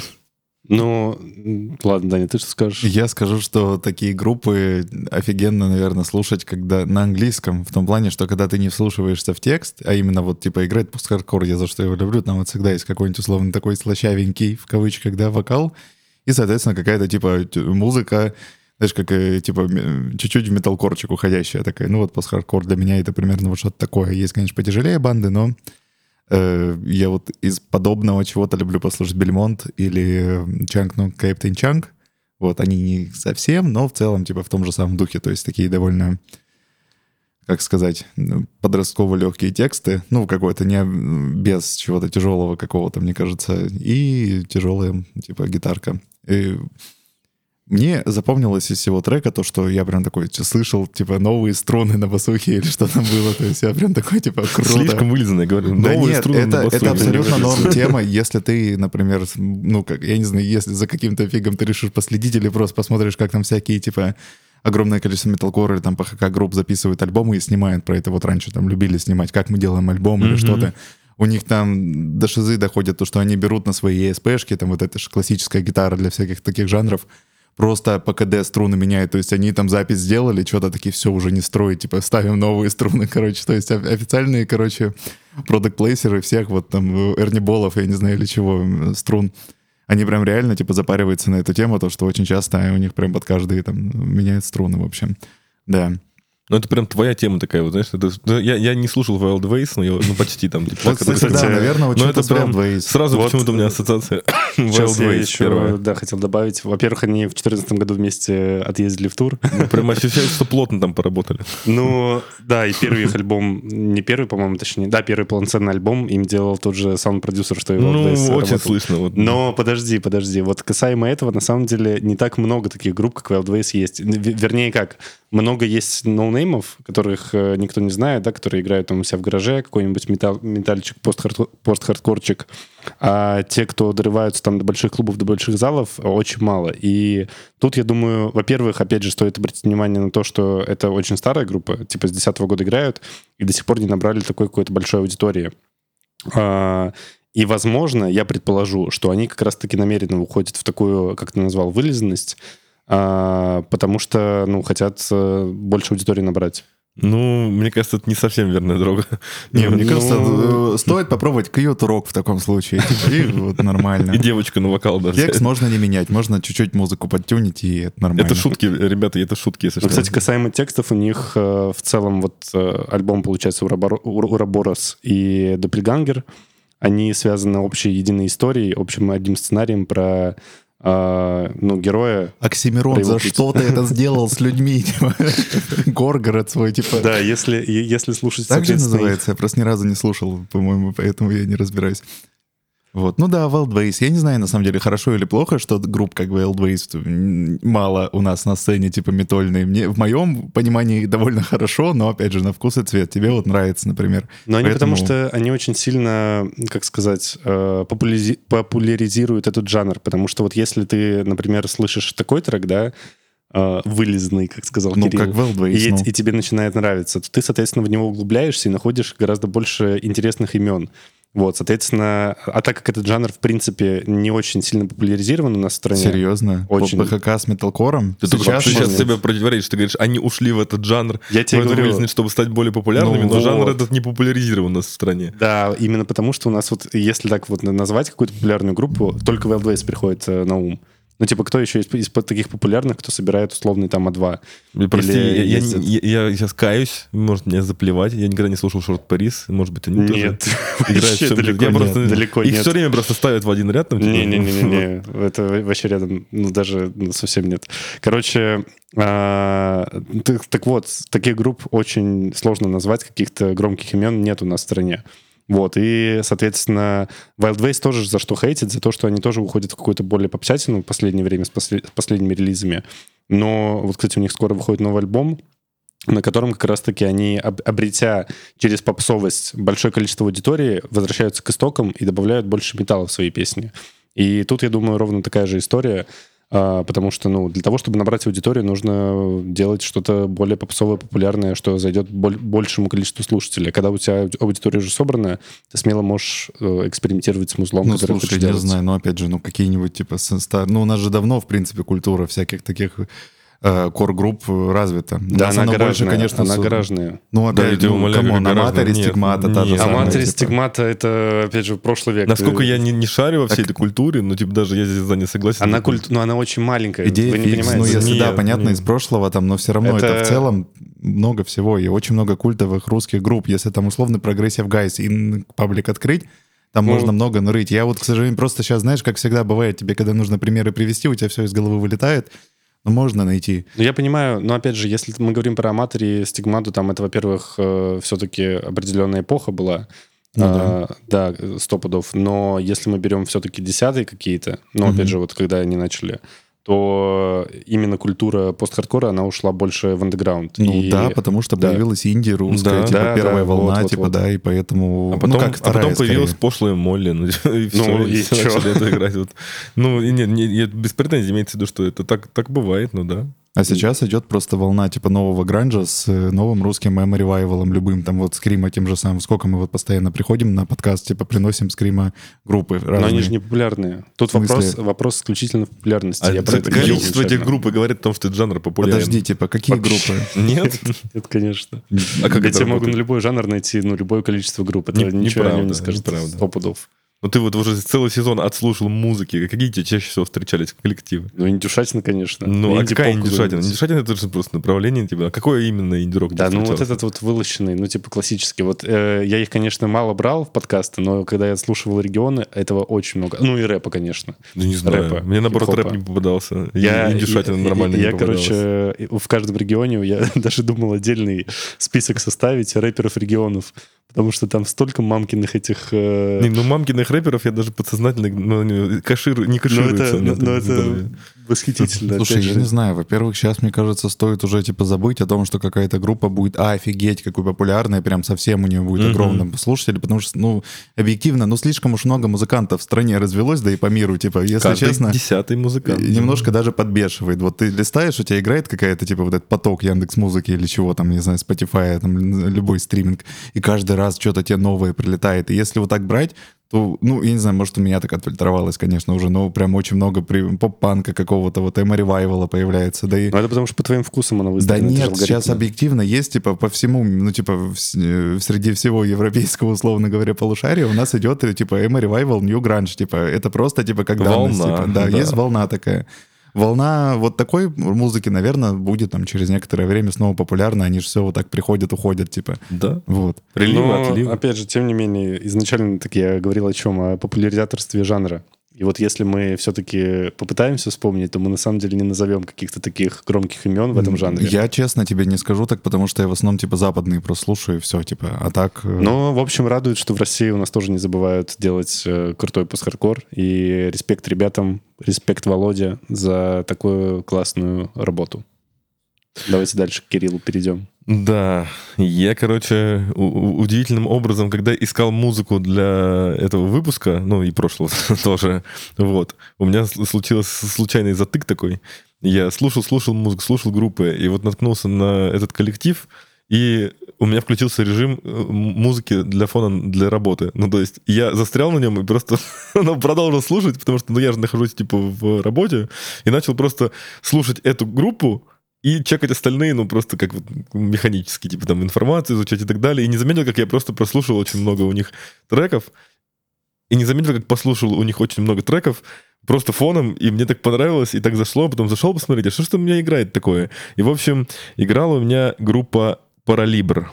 Ладно, Даня, ты что скажешь? Я скажу, что такие группы офигенно, наверное, слушать, когда на английском, в том плане, что когда ты не вслушиваешься в текст, а именно вот типа играть пост-хардкор, я за что его люблю, там вот всегда есть какой-нибудь условно такой слащавенький, в кавычках, да, вокал, и, соответственно, какая-то, типа, музыка, знаешь, как, типа, чуть-чуть в металкорчик уходящая такая. Пост-хардкор для меня это примерно вот что-то такое. Есть, конечно, потяжелее банды, но я вот из подобного чего-то люблю послушать Бельмонт или Кэптейн Чанг. Вот, они не совсем, но в целом, типа, в том же самом духе. То есть такие довольно, как сказать, подростково-легкие тексты. Какой-то не без чего-то тяжелого какого-то, мне кажется. И тяжелая, типа, гитарка. И мне запомнилось из всего трека то, что я прям такой слышал, типа, новые струны на басухе или что там было. То есть я прям такой, типа, круто. Слишком вылизанно, я говорю. Да новые нет, струны на басухе. это абсолютно норм тема. Если ты, например, я не знаю, если за каким-то фигом ты решишь последить или просто посмотришь, как там всякие, типа, огромное количество металкора или там ПХК-групп записывают альбомы и снимают про это. Вот раньше там любили снимать, как мы делаем альбом или что-то. У них там до шизы доходит то, что они берут на свои ESP-шки, там вот эта же классическая гитара для всяких таких жанров, просто по КД струны меняют. То есть они там запись сделали, что-то такие, все, уже не строить, типа ставим новые струны, короче. То есть официальные, короче, продакт-плейсеры всех вот там Эрни Болов, я не знаю, или чего, струн, Они прям реально, типа, запариваются на эту тему, то, что очень часто у них прям под каждые там меняют струны, в общем. Да. Ну, это прям твоя тема такая, вот, знаешь, я не слушал Wild Ways, но я почти там. Типа, Вот, кстати, да, наверное, вот это что-то прям Wild Ways. сразу Вот. почему-то у меня ассоциация Сейчас Wild я Ways еще, первая. да, хотел добавить. Во-первых, они в 2014 году вместе отъездили в тур. Ну, прям ощущается, что плотно там поработали. Ну, да, и первый их альбом, не первый, по-моему, точнее, да, первый полноценный альбом им делал тот же саунд-продюсер, что и Wild Ну, Ways очень работал. слышно. Вот. Но подожди. Вот касаемо этого, на самом деле, не так много таких групп, как Wild Ways есть. Вернее, как, много есть ноунеймов, которых никто не знает, да, которые играют там у себя в гараже, какой-нибудь метальчик, пост-хардкорчик. А те, кто дорываются там до больших клубов, до больших залов, очень мало. И тут, я думаю, во-первых, опять же, стоит обратить внимание на то, что это очень старая группа, типа с 2010 года играют, и до сих пор не набрали такой какой-то большой аудитории. И, возможно, я предположу, что они как раз-таки намеренно уходят в такую, как ты назвал, вылизанность, потому что, ну, хотят больше аудитории набрать. Ну, мне кажется, это не совсем верная дорога. Не, мне Ну, кажется, стоит попробовать кьют-рок в таком случае. Типа, и вот нормально. И девочку на вокал даже. Текст можно не менять, можно чуть-чуть музыку подтюнить, и это нормально. Это шутки, ребята, это шутки, если Ну, что. кстати, касаемо текстов, у них в целом вот альбом, получается, «Ураборос» и «Доппельгангер», они связаны общей единой историей, общим одним сценарием про героя. Оксимирон, за что ты это сделал с людьми? Типа, Горгород свой, типа. Да, если слушать... Так же соответственно, называется? Я просто ни разу не слушал, по-моему, поэтому я не разбираюсь. Вот. Ну да, Wild Ways. Я не знаю, на самом деле, хорошо или плохо, что групп как Wild Ways мало у нас на сцене, типа, метольной. Мне, в моем понимании, довольно хорошо, но, опять же, на вкус и цвет. Тебе вот нравится, например. Но они Поэтому- потому что они очень сильно, как сказать, популяризируют этот жанр. Потому что вот если ты, например, слышишь такой трек, да, вылизанный, как сказал Ну, Кирилл, как Wild Ways, и тебе начинает нравиться, то ты, соответственно, в него углубляешься и находишь гораздо больше интересных имен. Вот, соответственно, а так как этот жанр, в принципе, не очень сильно популяризирован у нас в стране. Серьезно? Очень. По ПХК с металкором? Ты только Сейчас сейчас нет. себе противоречишь. Ты говоришь, они ушли в этот жанр, Я тебе в эту говорю, вылезность, чтобы стать более популярными, Ну но жанр вот. этот не популяризирован у нас в стране. да, именно потому, что у нас вот, если так вот назвать какую-то популярную группу, только Wild Ways приходит на ум. Ну, типа, кто еще из таких популярных, кто собирает условный там А2? Прости, Или я ездят. сейчас каюсь, может меня заплевать. Я никогда не слушал Шорт Парис. Может быть, они тоже Нет, играют в вообще чем-то. далеко Я нет, просто далеко их нет. все время просто ставят в один ряд. Там, типа, Не-не-не, это вообще рядом, ну, даже совсем нет. Короче, так вот, таких групп очень сложно назвать, каких-то громких имен нет у нас в стране. Вот, и, соответственно, Wild Ways тоже за что хейтит, за то, что они тоже уходят в какую-то более попсятину в последнее время с последними релизами. Но вот, кстати, у них скоро выходит новый альбом, на котором как раз-таки они, обретя через попсовость большое количество аудитории, возвращаются к истокам и добавляют больше металла в свои песни. И тут, я думаю, ровно такая же история, потому что, ну, для того, чтобы набрать аудиторию, нужно делать что-то более попсовое, популярное, что зайдет большему количеству слушателей. Когда у тебя аудитория уже собрана, ты смело можешь экспериментировать с музлом, Ну, который слушай, хочешь не делать. знаю, но опять же, ну, какие-нибудь, типа, ну, у нас же давно, в принципе, культура всяких таких кор-групп развита. Да, Нас она больше, гаражная, конечно, она гаражная. Ну, Да, я опять, тебя ну, умоляю, камон, как аматори, гаражная. Нет, стигмата, та же нет. самая, Аматори, типа. стигмата — это, опять же, прошлый век. Насколько я не шарю во всей Так- этой культуре, но типа даже я здесь за не согласен. Она, она очень маленькая, Идея вы не фикс, понимаете. ну, если, Нет, да, понятно, нет. из прошлого, там, но все равно это Это- в целом много всего, и очень много культовых русских групп. Если там условный прогрессив гайс и паблик открыть, там Ну, можно много нарыть. Я вот, к сожалению, просто сейчас, знаешь, как всегда бывает, тебе, когда нужно примеры привести, у тебя все из головы вылетает, но можно найти. Ну, я понимаю, но опять же, если мы говорим про аматори, стигмату, там это, во-первых, все-таки определенная эпоха была. Ну Да, 100 пудов. Но если мы берем все-таки десятые какие-то, ну, опять же, вот когда они начали, то именно культура пост-хардкора, она ушла больше в андеграунд. Ну И- да, потому что да. появилась инди русская, Да, типа да, первая да, волна, вот, типа, вот. да, и поэтому... А потом, ну, как а потом вторая, появилась скорее. пошлая Молли, ну, и все, Ну, и все чё? начали это играть. Вот. Ну, и нет, без претензий имеется в виду, что это так бывает, ну да. А сейчас идет просто волна типа нового гранжа с новым русским эмо-ревайвалом любым, там вот скрима тем же самым. Сколько мы вот постоянно приходим на подкаст, типа приносим скрима группы разные. Но они же не популярные. Тут В смысле? вопрос исключительно в популярности. А Я про это говорил количество этих изначально. групп и говорит о том, что этот жанр популярен. Подожди, типа, какие Вообще. группы? Нет? Это, конечно. А как Я это тебе могу на работает? любой жанр найти, ну, любое количество групп. Это Не- ничего о нем неправда, не скажет. неправда. 100 пудов. Ну ты вот уже целый сезон отслушал музыки. Какие тебе чаще всего встречались коллективы? Ну, индюшатина, конечно. Ну, а какая Инди-поп индюшатина? какой-нибудь. Индюшатина — это же просто направление, типа. А какое именно инди-рок? Да, тебе ну вот встречался? этот вот вылощенный, ну типа классический. Вот я их, конечно, мало брал в подкасты, но когда я слушал регионы, этого очень много. Ну и рэпа, конечно. Да не знаю. рэпа, Мне, наоборот, хип-хопа. рэп не попадался. Индюшатина нормально не Я, попадалась. короче, в каждом регионе я даже думал отдельный список составить рэперов регионов, потому что там столько мамкиных этих... Не, ну, мамкиных рэперов я даже подсознательно не кэшируется. Но это восхитительно. Слушай, опять я же. не знаю, во-первых, сейчас, мне кажется, стоит уже типа забыть о том, что какая-то группа будет офигеть, какой популярной, прям совсем у нее будет огромным слушателей, потому что, ну, объективно, ну, слишком уж много музыкантов в стране развелось, да и по миру, типа, если Каждый честно, 10-й музыкант. немножко даже подбешивает. Вот ты листаешь, у тебя играет какая-то, типа, вот этот поток Яндекс.Музыки или чего там, не знаю, Spotify, там, любой стриминг, и каждый раз что-то тебе новое прилетает. И если вот так брать, то, ну, я не знаю, может, у меня так отфильтровалось, конечно, уже, но прям очень много поп-панка какого-то, вот эмо-ревайвала появляется, да и... Ну это потому что по твоим вкусам она Да выставлена. это же нет, алгоритмы. сейчас объективно есть, типа, по всему, ну, типа, среди всего европейского, условно говоря, полушария у нас идет, типа, эмо-ревайвал, нью-гранж, типа, это просто, типа, как данность, Волна, типа, да, да. есть волна такая. Волна вот такой музыки, наверное, будет там через некоторое время снова популярна, они же все вот так приходят, уходят, типа, Да. вот. Приливы, Но, отливы. опять же, тем не менее, изначально так я говорил о чем? О популяризаторстве жанра. И вот если мы все-таки попытаемся вспомнить, то мы на самом деле не назовем каких-то таких громких имен в этом жанре. Я честно тебе не скажу так, потому что я в основном, типа, западные просто слушаю, и все, типа, а так... Но, в общем, радует, что в России у нас тоже не забывают делать крутой пост-хардкор. И респект ребятам, респект Володе за такую классную работу. Давайте дальше к Кириллу перейдем. Да, я, короче, удивительным образом, когда искал музыку для этого выпуска, ну и прошлого тоже, вот, у меня случился случайный затык такой. Я слушал музыку, слушал группы, и вот наткнулся на этот коллектив, и у меня включился режим музыки для фона, для работы. Ну, то есть я застрял на нем и просто продолжил слушать, потому что, ну, я же нахожусь, типа, в работе, и начал просто слушать эту группу, и чекать остальные, ну, просто как вот механически, типа, там, информацию изучать и так далее. И не заметил, как я просто прослушал очень много у них треков. И не заметил, как послушал у них очень много треков просто фоном, и мне так понравилось, и так зашло. Потом зашел посмотреть, а что ж там у меня играет такое? И, в общем, играла у меня группа Paralibre.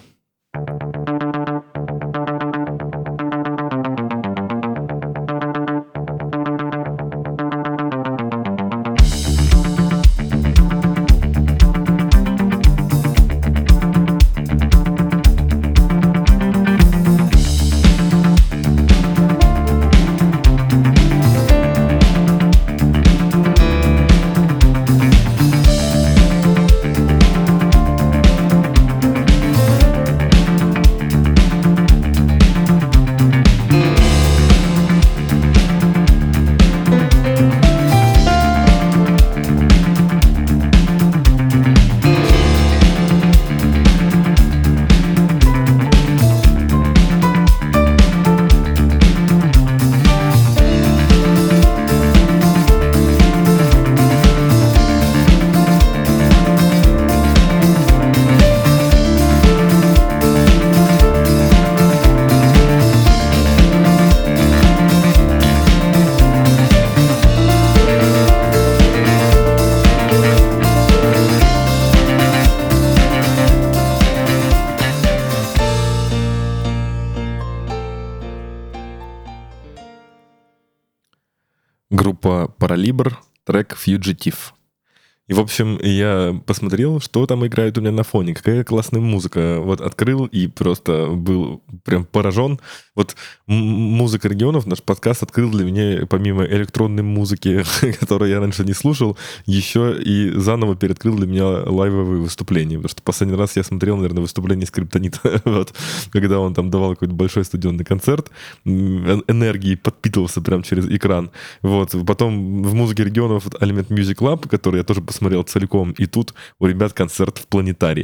Группа Paralibre, трек Fugitive. И, в общем, я посмотрел, что там играет у меня на фоне, какая классная музыка. Вот открыл и просто был прям поражен. Вот музыка регионов, наш подкаст открыл для меня, помимо электронной музыки, которую я раньше не слушал, еще и заново переоткрыл для меня лайвовые выступления. Потому что последний раз я смотрел, наверное, выступление Скриптонита, вот, когда он там давал какой-то большой стадионный концерт, энергией подпитывался прям через экран. Вот. Потом в музыке регионов Element Music Lab, который я тоже посмотрел целиком, и тут у ребят концерт в планетарии.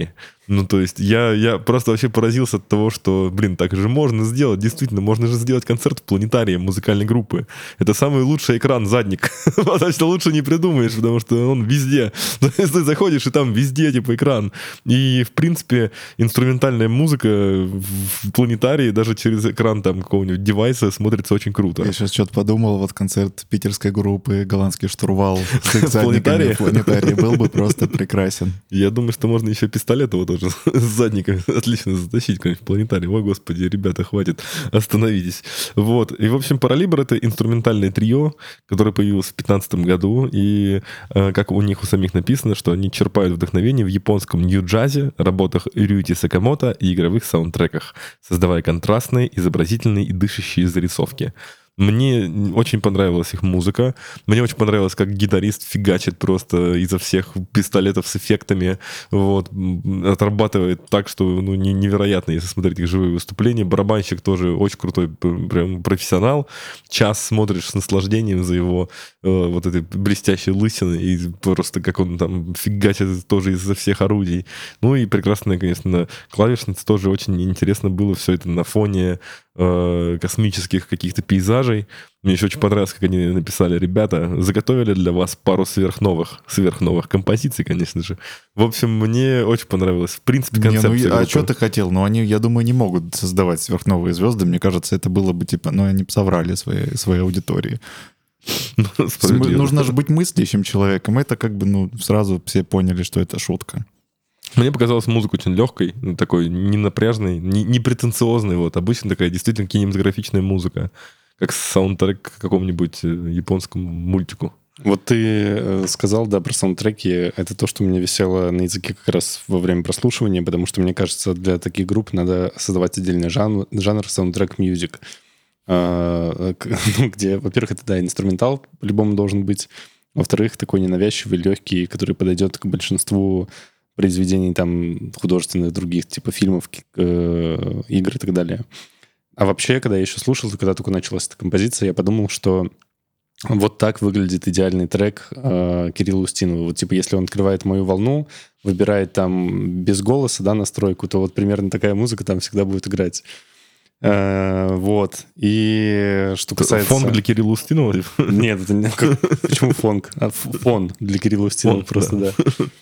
Ну, то есть я просто вообще поразился от того, что, блин, так же можно сделать. Действительно, можно же сделать концерт в планетарии музыкальной группы. Это самый лучший экран, задник. Потому что лучше не придумаешь, потому что он везде. Ты заходишь, и там везде, типа, экран. И, в принципе, инструментальная музыка в планетарии даже через экран там какого-нибудь девайса смотрится очень круто. Я сейчас что-то подумал, вот концерт питерской группы «Голландский штурвал» с их задниками в планетарии был бы просто прекрасен. Я думаю, что можно еще Пистолетова тоже с задниками отлично затащить, конечно, в планетарий. О, господи, ребята, хватит, остановитесь. Вот. И, в общем, Паралибр — это инструментальное трио, которое появилось в 2015 году. И как у них у самих написано, что они черпают вдохновение в японском нью-джазе, работах Рюити Сакамото и игровых саундтреках, создавая контрастные, изобразительные и дышащие зарисовки. Мне очень понравилась их музыка. Мне очень понравилось, как гитарист фигачит просто изо всех пистолетов с эффектами. Вот, отрабатывает так, что невероятно, если смотреть их живые выступления. Барабанщик тоже очень крутой прям профессионал. Час смотришь с наслаждением за его вот этой блестящей лысиной. И просто как он там фигачит тоже изо всех орудий. Ну и прекрасная, конечно, клавишница. Тоже очень интересно было все это на фоне космических каких-то пейзажей. Мне еще очень понравилось, как они написали: ребята, заготовили для вас пару сверхновых композиций, конечно же. В общем, мне очень понравилось. В принципе, концепция. А что ты хотел? Ну, они, я думаю, не могут создавать сверхновые звезды. Мне кажется, это было бы типа, они бы соврали своей аудитории. Нужно же быть мыслящим человеком. Это как бы, сразу все поняли, что это шутка. Мне показалась музыка очень легкой, такой ненапряжной, не претенциозной. Вот. Обычно такая действительно кинематографичная музыка, как саундтрек к какому-нибудь японскому мультику. Вот ты сказал, да, про саундтреки. Это то, что у меня висело на языке как раз во время прослушивания, потому что, мне кажется, для таких групп надо создавать отдельный жанр саундтрек-мьюзик, где, во-первых, это, да, инструментал по-любому должен быть, во-вторых, такой ненавязчивый, легкий, который подойдет к большинству произведений там художественных других, типа фильмов, игр и так далее. А вообще, когда я еще слушал, когда только началась эта композиция, я подумал, что вот так выглядит идеальный трек Кирилла Устинова. Вот типа, если он открывает «Мою волну», выбирает там без голоса, да, настройку, то вот примерно такая музыка там всегда будет играть. Вот. И что касается... Фонг для Кирилла Устинова? Нет, это не... Почему фонг? Фон для Кирилла Устинова просто, да.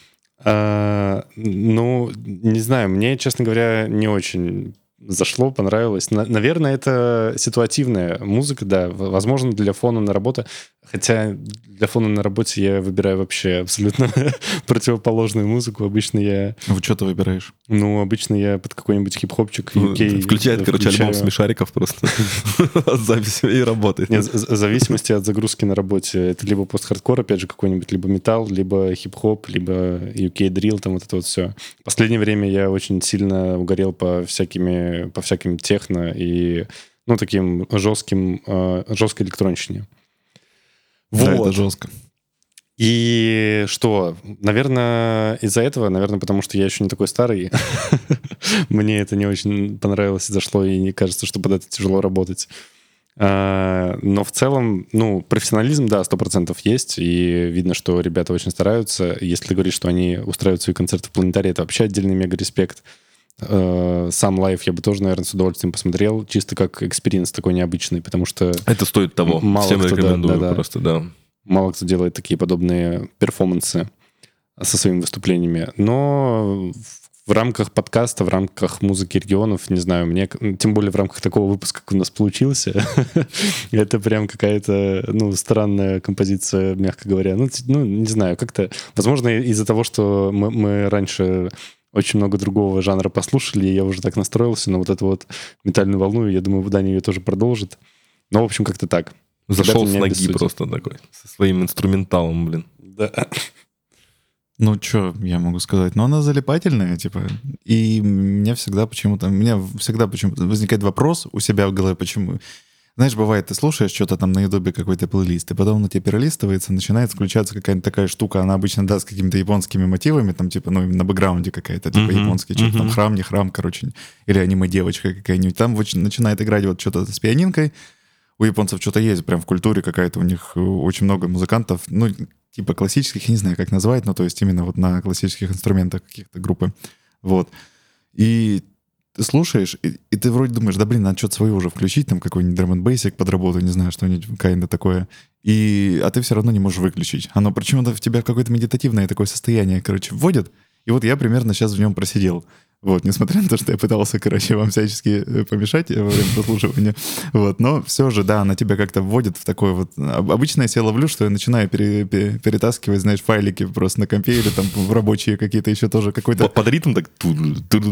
Не знаю, мне, честно говоря, не очень зашло, понравилось. Наверное, это ситуативная музыка, да. Возможно, для фона на работе. Хотя для фона на работе я выбираю вообще абсолютно противоположную музыку. Обычно я... Вот что ты выбираешь? Обычно я под какой-нибудь хип-хопчик UK включает, альбом смешариков просто от записи и работает. Нет, в зависимости от загрузки на работе. Это либо пост-хардкор, опять же, какой-нибудь, либо металл, либо хип-хоп, либо UK drill, там вот это вот все. В последнее время я очень сильно угорел по всяким техно и, таким жесткой электронщине. Да, это жестко. И что? Наверное, из-за этого, потому что я еще не такой старый, мне это не очень понравилось и зашло, и мне кажется, что под это тяжело работать. Но в целом, профессионализм, да, 100% есть, и видно, что ребята очень стараются. Если ты говоришь, что они устраивают свои концерты в планетарии, это вообще отдельный мега-респект. Сам лайв я бы тоже, наверное, с удовольствием посмотрел, чисто как экспириенс такой необычный, потому что... Это стоит того. Всем рекомендую просто, да. Мало кто делает такие подобные перформансы со своими выступлениями. Но в рамках подкаста, в рамках музыки регионов, не знаю, мне, тем более в рамках такого выпуска, как у нас получился, это прям какая-то, странная композиция, мягко говоря. Не знаю, как-то... Возможно, из-за того, что мы раньше... очень много другого жанра послушали, и я уже так настроился на вот эту вот метальную волну, и я думаю, Даня ее тоже продолжит. Но, в общем, как-то так. Зашел с ноги просто такой, со своим инструменталом, блин. Да. Что я могу сказать? Она залипательная, типа. И у меня всегда почему-то возникает вопрос у себя в голове, почему... Знаешь, бывает, ты слушаешь что-то там на Ютубе, какой-то плейлист, и потом он у тебя перелистывается, начинает включаться какая-то такая штука, она обычно, да, с какими-то японскими мотивами, там, типа, на бэкграунде какая-то, типа, японский, что-то там, храм, не храм, короче, или аниме-девочка какая-нибудь. Там начинает играть вот что-то с пианинкой. У японцев что-то есть, прям в культуре какая-то, у них очень много музыкантов, типа классических, я не знаю, как назвать, то есть именно вот на классических инструментах каких-то группы. Вот. И ты слушаешь, и ты вроде думаешь, да блин, надо что-то свое уже включить, там какой-нибудь драм-н-бейсик под работу, не знаю, что-нибудь kinda такое. А ты все равно не можешь выключить. Оно почему-то в тебя какое-то медитативное такое состояние, короче, вводит. И вот я примерно сейчас в нем просидел. Вот, несмотря на то, что я пытался, короче, вам всячески помешать во время прослушивания. Вот, но все же, да, она тебя как-то вводит в такое вот... Обычно я себя ловлю, что я начинаю перетаскивать, знаешь, файлики просто на компе или там в рабочие какие-то еще тоже какой-то... Под ритм так... Ну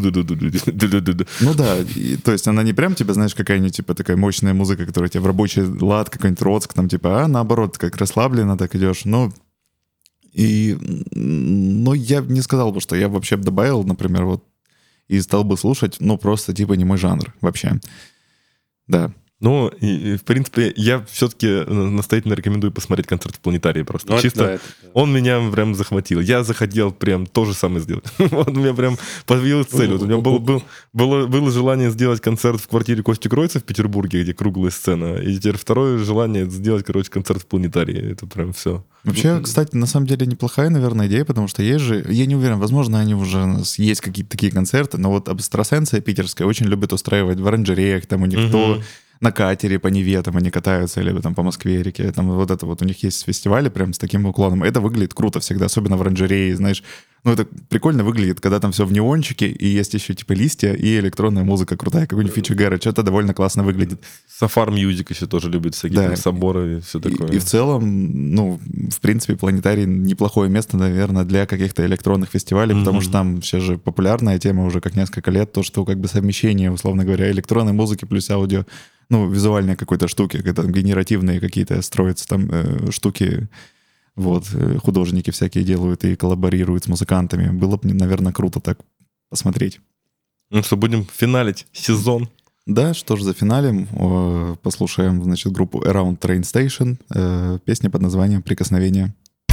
да, то есть она не прям тебя, знаешь, какая-нибудь типа такая мощная музыка, которая тебе в рабочий лад, какой-нибудь Троцк, там типа, а наоборот, как расслабленно так идешь, но я не сказал бы, что я вообще добавил, например, вот и стал бы слушать, просто типа не мой жанр вообще. Да. Ну, и в принципе, я все-таки настоятельно рекомендую посмотреть концерт в Планетарии просто. Ну, чисто да. он меня прям захватил. Я захотел прям то же самое сделать. Вот у меня прям появилась цель. Вот у меня было желание сделать концерт в квартире Кости Кройца в Петербурге, где круглая сцена. И теперь второе желание сделать, короче, концерт в Планетарии. Это прям все. Вообще, кстати, на самом деле неплохая, наверное, идея, потому что есть же, я не уверен, возможно, они уже есть какие-то такие концерты, но вот Абстрасенция питерская очень любит устраивать в оранжереях, там у них то на катере по Неве там они катаются, или там по Москве реке, там вот это вот у них есть фестивали прям с таким уклоном. Это выглядит круто всегда, особенно в оранжерее, знаешь. Ну, это прикольно выглядит, когда там все в неончике, и есть еще типа листья, и электронная музыка крутая, какой-нибудь фичи-гэра, что-то довольно классно выглядит. Safar Music еще тоже любит всякие там соборы и все такое. И в целом, в принципе, Планетарий неплохое место, наверное, для каких-то электронных фестивалей, потому что там сейчас же популярная тема уже как несколько лет, то, что как бы совмещение, условно говоря, электронной музыки плюс аудио, визуальные какой-то штуки, когда там генеративные какие-то строятся там штуки, вот, художники всякие делают и коллаборируют с музыкантами. Было бы, наверное, круто так посмотреть. Ну что, будем финалить сезон? Да, что ж, за финалем послушаем, значит, группу Around Train Station, песня под названием «Прикосновение».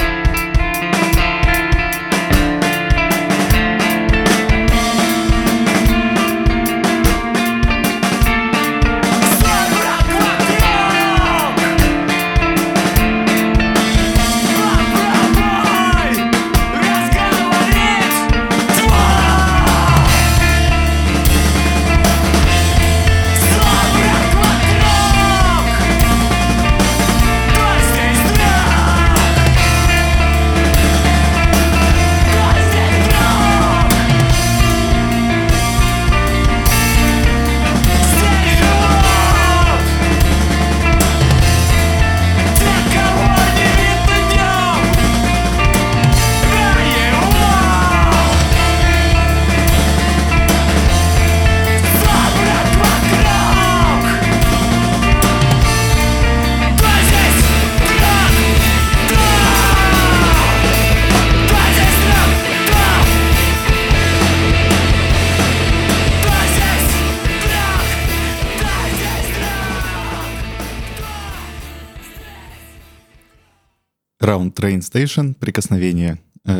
Around Train Station, «Прикосновение».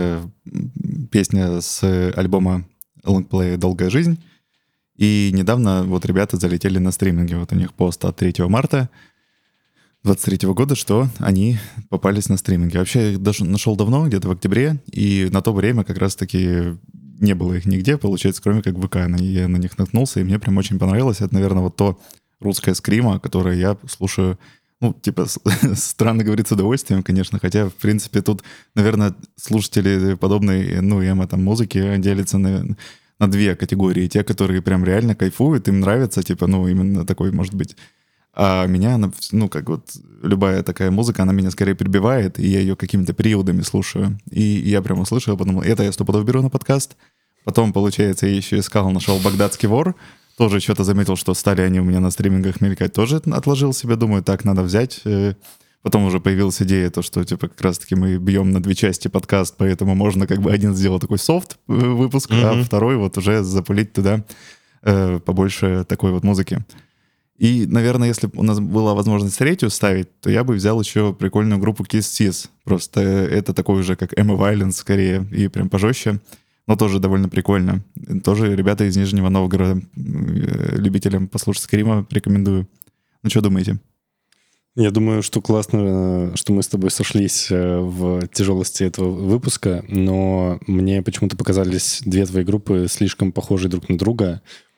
Песня с альбома лонгплея «Долгая жизнь». И недавно вот ребята залетели на стриминге. Вот у них пост от 3 марта 23 года, что они попались на стриминге. Вообще я их даже нашел давно, где-то в октябре, и на то время как раз-таки не было их нигде, получается, кроме как в ВК. Я на них наткнулся, и мне прям очень понравилось. Это, наверное, вот то русское скрима, которое я слушаю, странно говорить, с удовольствием, конечно, хотя, в принципе, тут, наверное, слушатели подобной, эмо-музыки делятся на две категории. Те, которые прям реально кайфуют, им нравится, именно такой, может быть. А меня, любая такая музыка, она меня скорее прибивает, и я ее какими-то периодами слушаю. И я прям услышал, подумал, это я стопудово беру на подкаст. Потом, получается, я еще искал, нашел «Багдадский вор». Тоже что-то заметил, что стали они у меня на стримингах мелькать. Тоже отложил себе, думаю, так, надо взять. Потом уже появилась идея, то, что как раз-таки мы бьем на 2 части подкаст, поэтому можно один сделать такой софт-выпуск, а второй вот уже запулить туда побольше такой вот музыки. И, наверное, если бы у нас была возможность третью ставить, то я бы взял еще прикольную группу Kiss Sis. Просто это такой уже как Emo Violence скорее и прям пожестче. Но тоже довольно прикольно. Тоже ребята из Нижнего Новгорода. Любителям послушать скрима рекомендую. Ну, что думаете? Я думаю, что классно, что мы с тобой сошлись в тяжелости этого выпуска, но мне почему-то показались две твои группы слишком похожие друг на друга.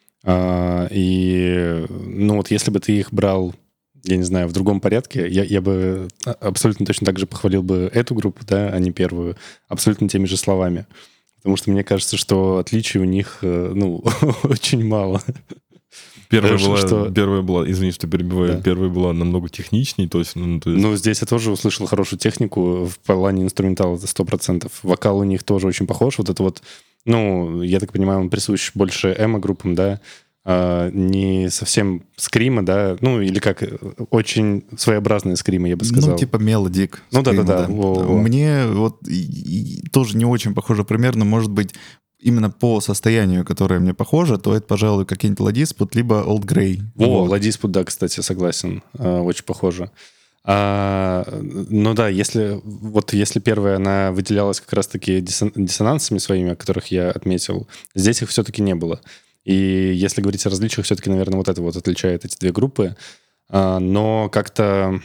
И, ну вот если бы ты их брал, я не знаю, в другом порядке, я бы абсолютно точно так же похвалил бы эту группу, да, а не первую, абсолютно теми же словами. Потому что мне кажется, что отличий у них, ну, очень мало. Первая была, извини, что перебиваю, да. Первая была намного техничней, точно. То есть... Ну, здесь я тоже услышал хорошую технику в плане инструментала, это 100%. Вокал у них тоже очень похож. Вот это вот, ну, я так понимаю, он присущ больше эмо-группам, да, не совсем скрима, да, ну, или как очень своеобразные скримы, я бы сказал. Ну, типа мелодик. Ну, да-да-да. Мне вот тоже не очень похоже примерно, может быть, именно по состоянию, которое мне похоже, то это, пожалуй, какие-нибудь Ладиспут, либо Old Grey. Вот. Ладиспут, да, кстати, согласен. Очень похоже. Ну да, если первая, она выделялась как раз-таки диссонансами своими, о которых я отметил, здесь их все-таки не было. И если говорить о различиях, все-таки, наверное, вот это вот отличает эти две группы. Но как-то,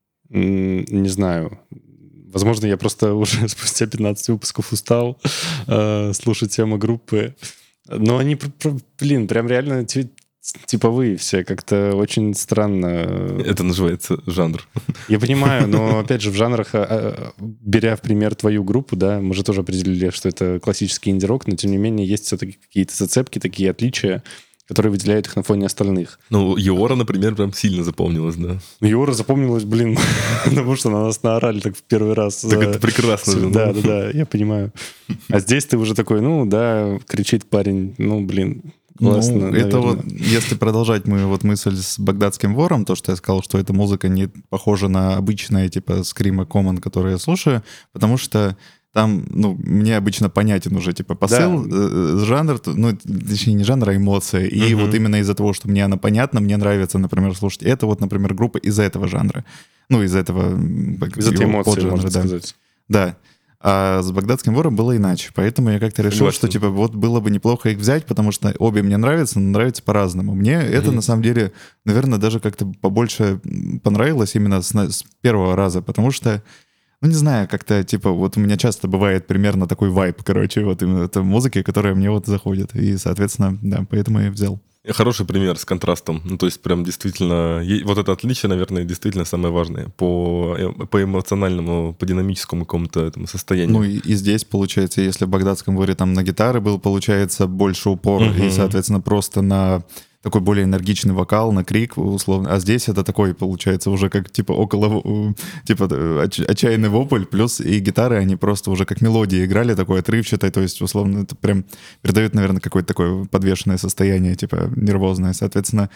не знаю... Возможно, я просто уже спустя 15 выпусков устал слушать темы группы. Но они, блин, прям реально типовые все. Как-то очень странно. Это называется жанр. Я понимаю, но, опять же, в жанрах, беря в пример твою группу, да, мы же тоже определили, что это классический инди-рок, но, тем не менее, есть все-таки какие-то зацепки, такие отличия, которые выделяют их на фоне остальных. Ну, Йора, например, прям сильно запомнилась, да. Йора запомнилась, блин, потому что на нас наорали так в первый раз. Так это прекрасно же. Да, я понимаю. А здесь ты уже такой, ну, да, кричит парень, ну, блин, классно. Ну, это вот, если продолжать мою вот мысль с «Багдадским вором», то, что я сказал, что эта музыка не похожа на обычные, типа, скрима Common, которые я слушаю, потому что там, ну, мне обычно понятен уже, типа, посыл, да. Жанр, ну, точнее, не жанр, а эмоция. И вот именно из-за того, что мне она понятна, мне нравится, например, слушать это вот, например, группа из этого жанра. Ну, из этого... Из этой эмоции, можно сказать. Да. А с «Багдадским вором» было иначе. Поэтому я как-то решил, что, типа, вот было бы неплохо их взять, потому что обе мне нравятся, но нравятся по-разному. Мне это, на самом деле, наверное, даже как-то побольше понравилось именно с первого раза, потому что ну, не знаю, как-то, типа, вот у меня часто бывает примерно такой вайб, короче, вот именно это музыки, которая мне вот заходит. И, соответственно, да, поэтому я взял. Хороший пример с контрастом. Ну, то есть прям действительно... Вот это отличие, наверное, действительно самое важное по эмоциональному, по динамическому какому-то этому состоянию. Ну, и здесь, получается, если в «Багдадском воре» там на гитары был, получается, больше упор, и, соответственно, просто на... такой более энергичный вокал, на крик, условно. А здесь это такой, получается, уже как, типа, около... Типа, отчаянный вопль, плюс и гитары, они просто уже как мелодии играли, такое отрывчатое, то есть, условно, это прям передает, наверное, какое-то такое подвешенное состояние, типа, нервозное. Соответственно,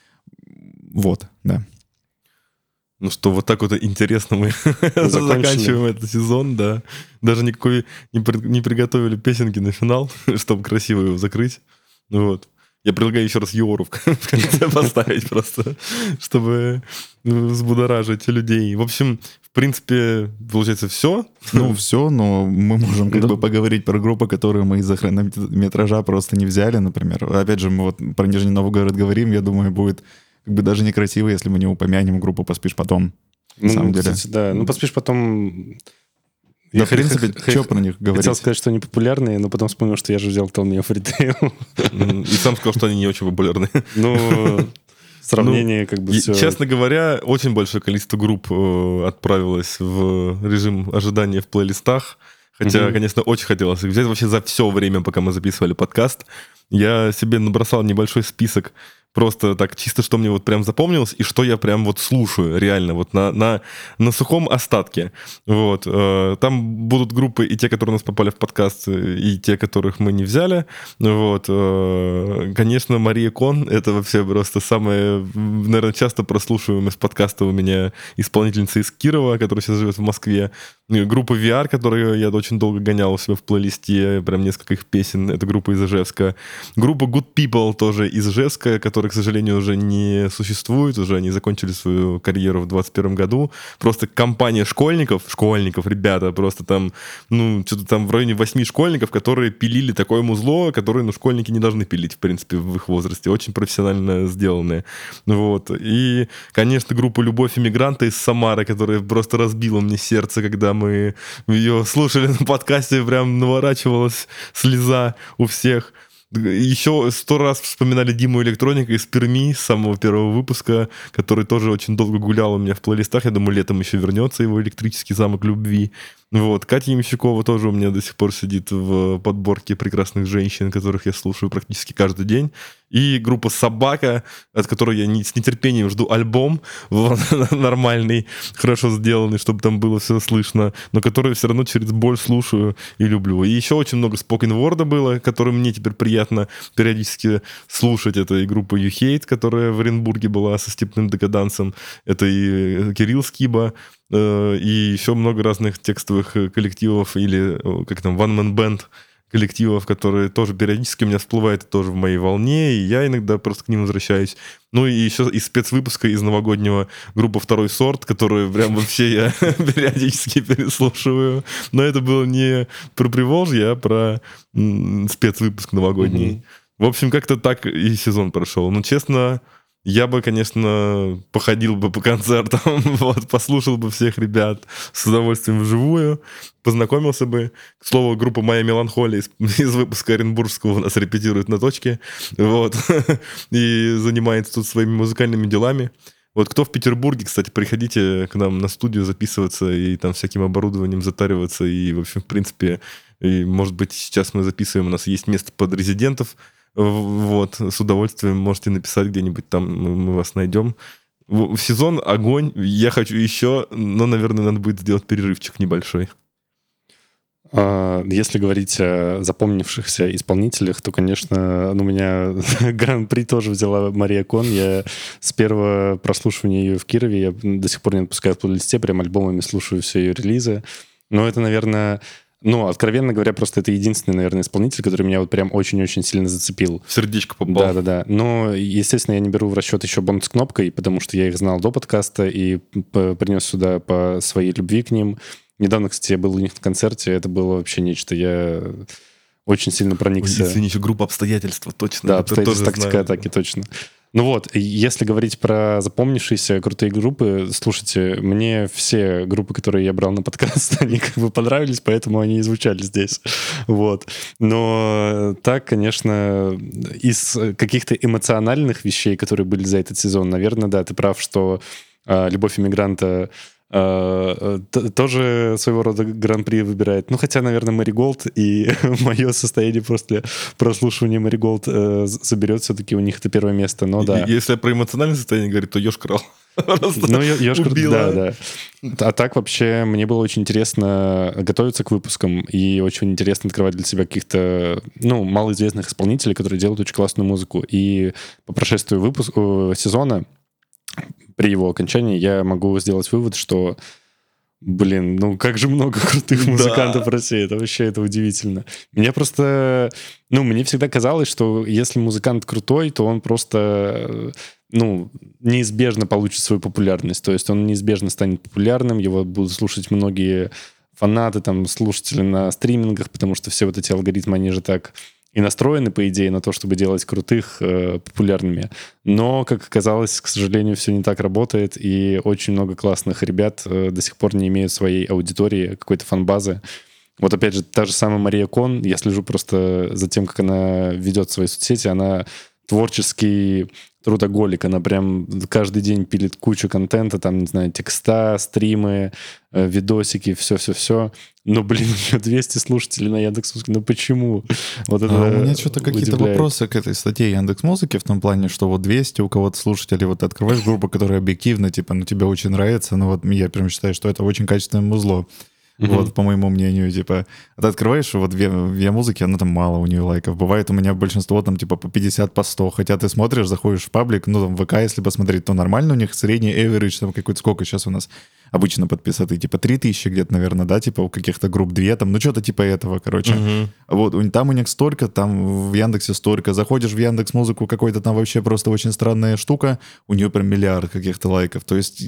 вот, да. Ну что, вот так вот интересно мы заканчиваем этот сезон, да. Даже никакой не приготовили песенки на финал, чтобы красиво его закрыть. Вот. Я предлагаю еще раз Йору в конце поставить просто, чтобы взбудоражить людей. В общем, в принципе, получается, все. Ну, все, но мы можем как бы поговорить про группы, которые мы из-за хронометража просто не взяли, например. Опять же, мы вот про Нижний Новгород говорим, я думаю, будет как бы даже некрасиво, если мы не упомянем группу «Поспишь потом». На самом деле. Кстати, да. Ну, «Поспишь потом». Да, в принципе, что про них говорить? Хотел сказать, что они популярные, но потом вспомнил, что я же взял Tell Me of Retail. И сам сказал, что они не очень популярные. Ну, сравнение как бы все... Честно говоря, очень большое количество групп отправилось в режим ожидания в плейлистах. Хотя, конечно, очень хотелось их взять. Вообще за все время, пока мы записывали подкаст, я себе набросал небольшой список просто так чисто, что мне вот прям запомнилось, и что я прям вот слушаю реально вот на сухом остатке. Вот. Там будут группы и те, которые у нас попали в подкаст, и те, которых мы не взяли. Вот. Конечно, Мария Кон — это вообще просто самая, наверное, часто прослушиваемая из подкаста у меня исполнительница из Кирова, которая сейчас живет в Москве. Группа VR, которую я очень долго гонял у себя в плейлисте, прям несколько их песен. Это группа из Ижевска. Группа Good People тоже из Ижевска, которая которые, к сожалению, уже не существуют, уже они закончили свою карьеру в 2021 году. Просто компания школьников, ребята, просто там, что-то там в районе 8 школьников, которые пилили такое музло, которое, школьники не должны пилить, в принципе, в их возрасте. Очень профессионально сделанное. Вот. И, конечно, группа «Любовь иммигранта» из Самары, которая просто разбила мне сердце, когда мы ее слушали на подкасте, прям наворачивалась слеза у всех. Еще 100 раз вспоминали Диму Электроника из Перми, с самого первого выпуска, который тоже очень долго гулял у меня в плейлистах. Я думаю, летом еще вернется его «Электрический замок любви». Вот. Катя Ямщикова тоже у меня до сих пор сидит в подборке прекрасных женщин, которых я слушаю практически каждый день. И группа «Собака», от которой я с нетерпением жду альбом нормальный, хорошо сделанный, чтобы там было все слышно, но который все равно через боль слушаю и люблю. И еще очень много спокен-ворда было, который мне теперь приятно периодически слушать. Это и группа You Hate, которая в Оренбурге была со Степным Декадансом. Это и Кирилл Скиба, и еще много разных текстовых коллективов или, как там, One Man Band коллективов, которые тоже периодически у меня всплывают тоже в моей волне, и я иногда просто к ним возвращаюсь. Ну и еще из спецвыпуска, из новогоднего, группа «Второй сорт», которую прям вообще я периодически переслушиваю. Но это было не про Приволжье, а про спецвыпуск новогодний. В общем, как-то так и сезон прошел. Но, честно, я бы, конечно, походил бы по концертам, вот, послушал бы всех ребят с удовольствием вживую, познакомился бы. К слову, группа «Моя меланхолия» из выпуска Оренбургского у нас репетирует на точке, вот, и занимается тут своими музыкальными делами. Вот кто в Петербурге, кстати, приходите к нам на студию записываться и там всяким оборудованием затариваться, и, в общем, в принципе, и, может быть, сейчас мы записываем, у нас есть место под резидентов. Вот, с удовольствием можете написать где-нибудь там, мы вас найдем. Сезон огонь, я хочу еще, но, наверное, надо будет сделать перерывчик небольшой. Если говорить о запомнившихся исполнителях, то, конечно, у меня гран-при тоже взяла Мария Кон. Я с первого прослушивания ее в Кирове, я до сих пор не отпускаю в плейлисте, прям альбомами слушаю все ее релизы. Но это, наверное... откровенно говоря, просто это единственный, наверное, исполнитель, который меня вот прям очень-очень сильно зацепил. В сердечко попал. Да-да-да. Но, естественно, я не беру в расчет еще «Бонд с кнопкой», потому что я их знал до подкаста и принес сюда по своей любви к ним. Недавно, кстати, я был у них на концерте, это было вообще нечто. Я очень сильно проникся. Извини, еще группа «Обстоятельства», точно. Да, «Обстоятельства», «Тактика атаки», точно. Ну вот, если говорить про запомнившиеся крутые группы, слушайте, мне все группы, которые я брал на подкаст, они как бы понравились, поэтому они и звучали здесь. Вот. Но так, конечно, из каких-то эмоциональных вещей, которые были за этот сезон, наверное, да, ты прав, что «Любовь иммигранта» тоже своего рода гран-при выбирает. Ну, хотя, наверное, Мэри Голд и мое состояние после прослушивания Мэри Голд заберет все-таки у них это первое место, но да. Если про эмоциональное состояние говорить, то Ёж-Крал. Ну, Ёж-Крал, да. А так вообще мне было очень интересно готовиться к выпускам и очень интересно открывать для себя каких-то, малоизвестных исполнителей, которые делают очень классную музыку. И по прошествию сезона при его окончании я могу сделать вывод, что, как же много крутых музыкантов в России. Это вообще удивительно. Меня просто... мне всегда казалось, что если музыкант крутой, то он просто... неизбежно получит свою популярность. То есть он неизбежно станет популярным, его будут слушать многие фанаты, слушатели на стримингах, потому что все вот эти алгоритмы, они же так... и настроены, по идее, на то, чтобы делать крутых популярными. Но, как оказалось, к сожалению, все не так работает, и очень много классных ребят до сих пор не имеют своей аудитории, какой-то фан-базы. Вот опять же, та же самая Мария Кон, я слежу просто за тем, как она ведет свои соцсети, она творческий трудоголик, она прям каждый день пилит кучу контента, текста, стримы, видосики, все-все-все. Но, у нее 200 слушателей на Яндекс.Музыке. Почему? Вот это у меня что-то какие-то вопросы к этой статье Яндекс.Музыки в том плане, что 200 у кого-то слушателей, ты открываешь группу, которая объективно, тебе очень нравится, я прям считаю, что это очень качественное музло. Вот, по моему мнению, типа, ты открываешь вот в музыке, она там мало у нее лайков. Бывает у меня большинство там типа по 50, по 100. Хотя ты смотришь, заходишь в паблик, ну там в ВК, если посмотреть, то нормально у них средний average, там какой-то, сколько сейчас у нас обычно подписаты, типа 3000 где-то, наверное, да, типа у каких-то групп 2, там, ну что-то типа этого, короче. Вот, там у них столько, там в Яндексе столько. Заходишь в Яндекс.Музыку, какой-то там вообще просто очень странная штука, у нее прям миллиард каких-то лайков. То есть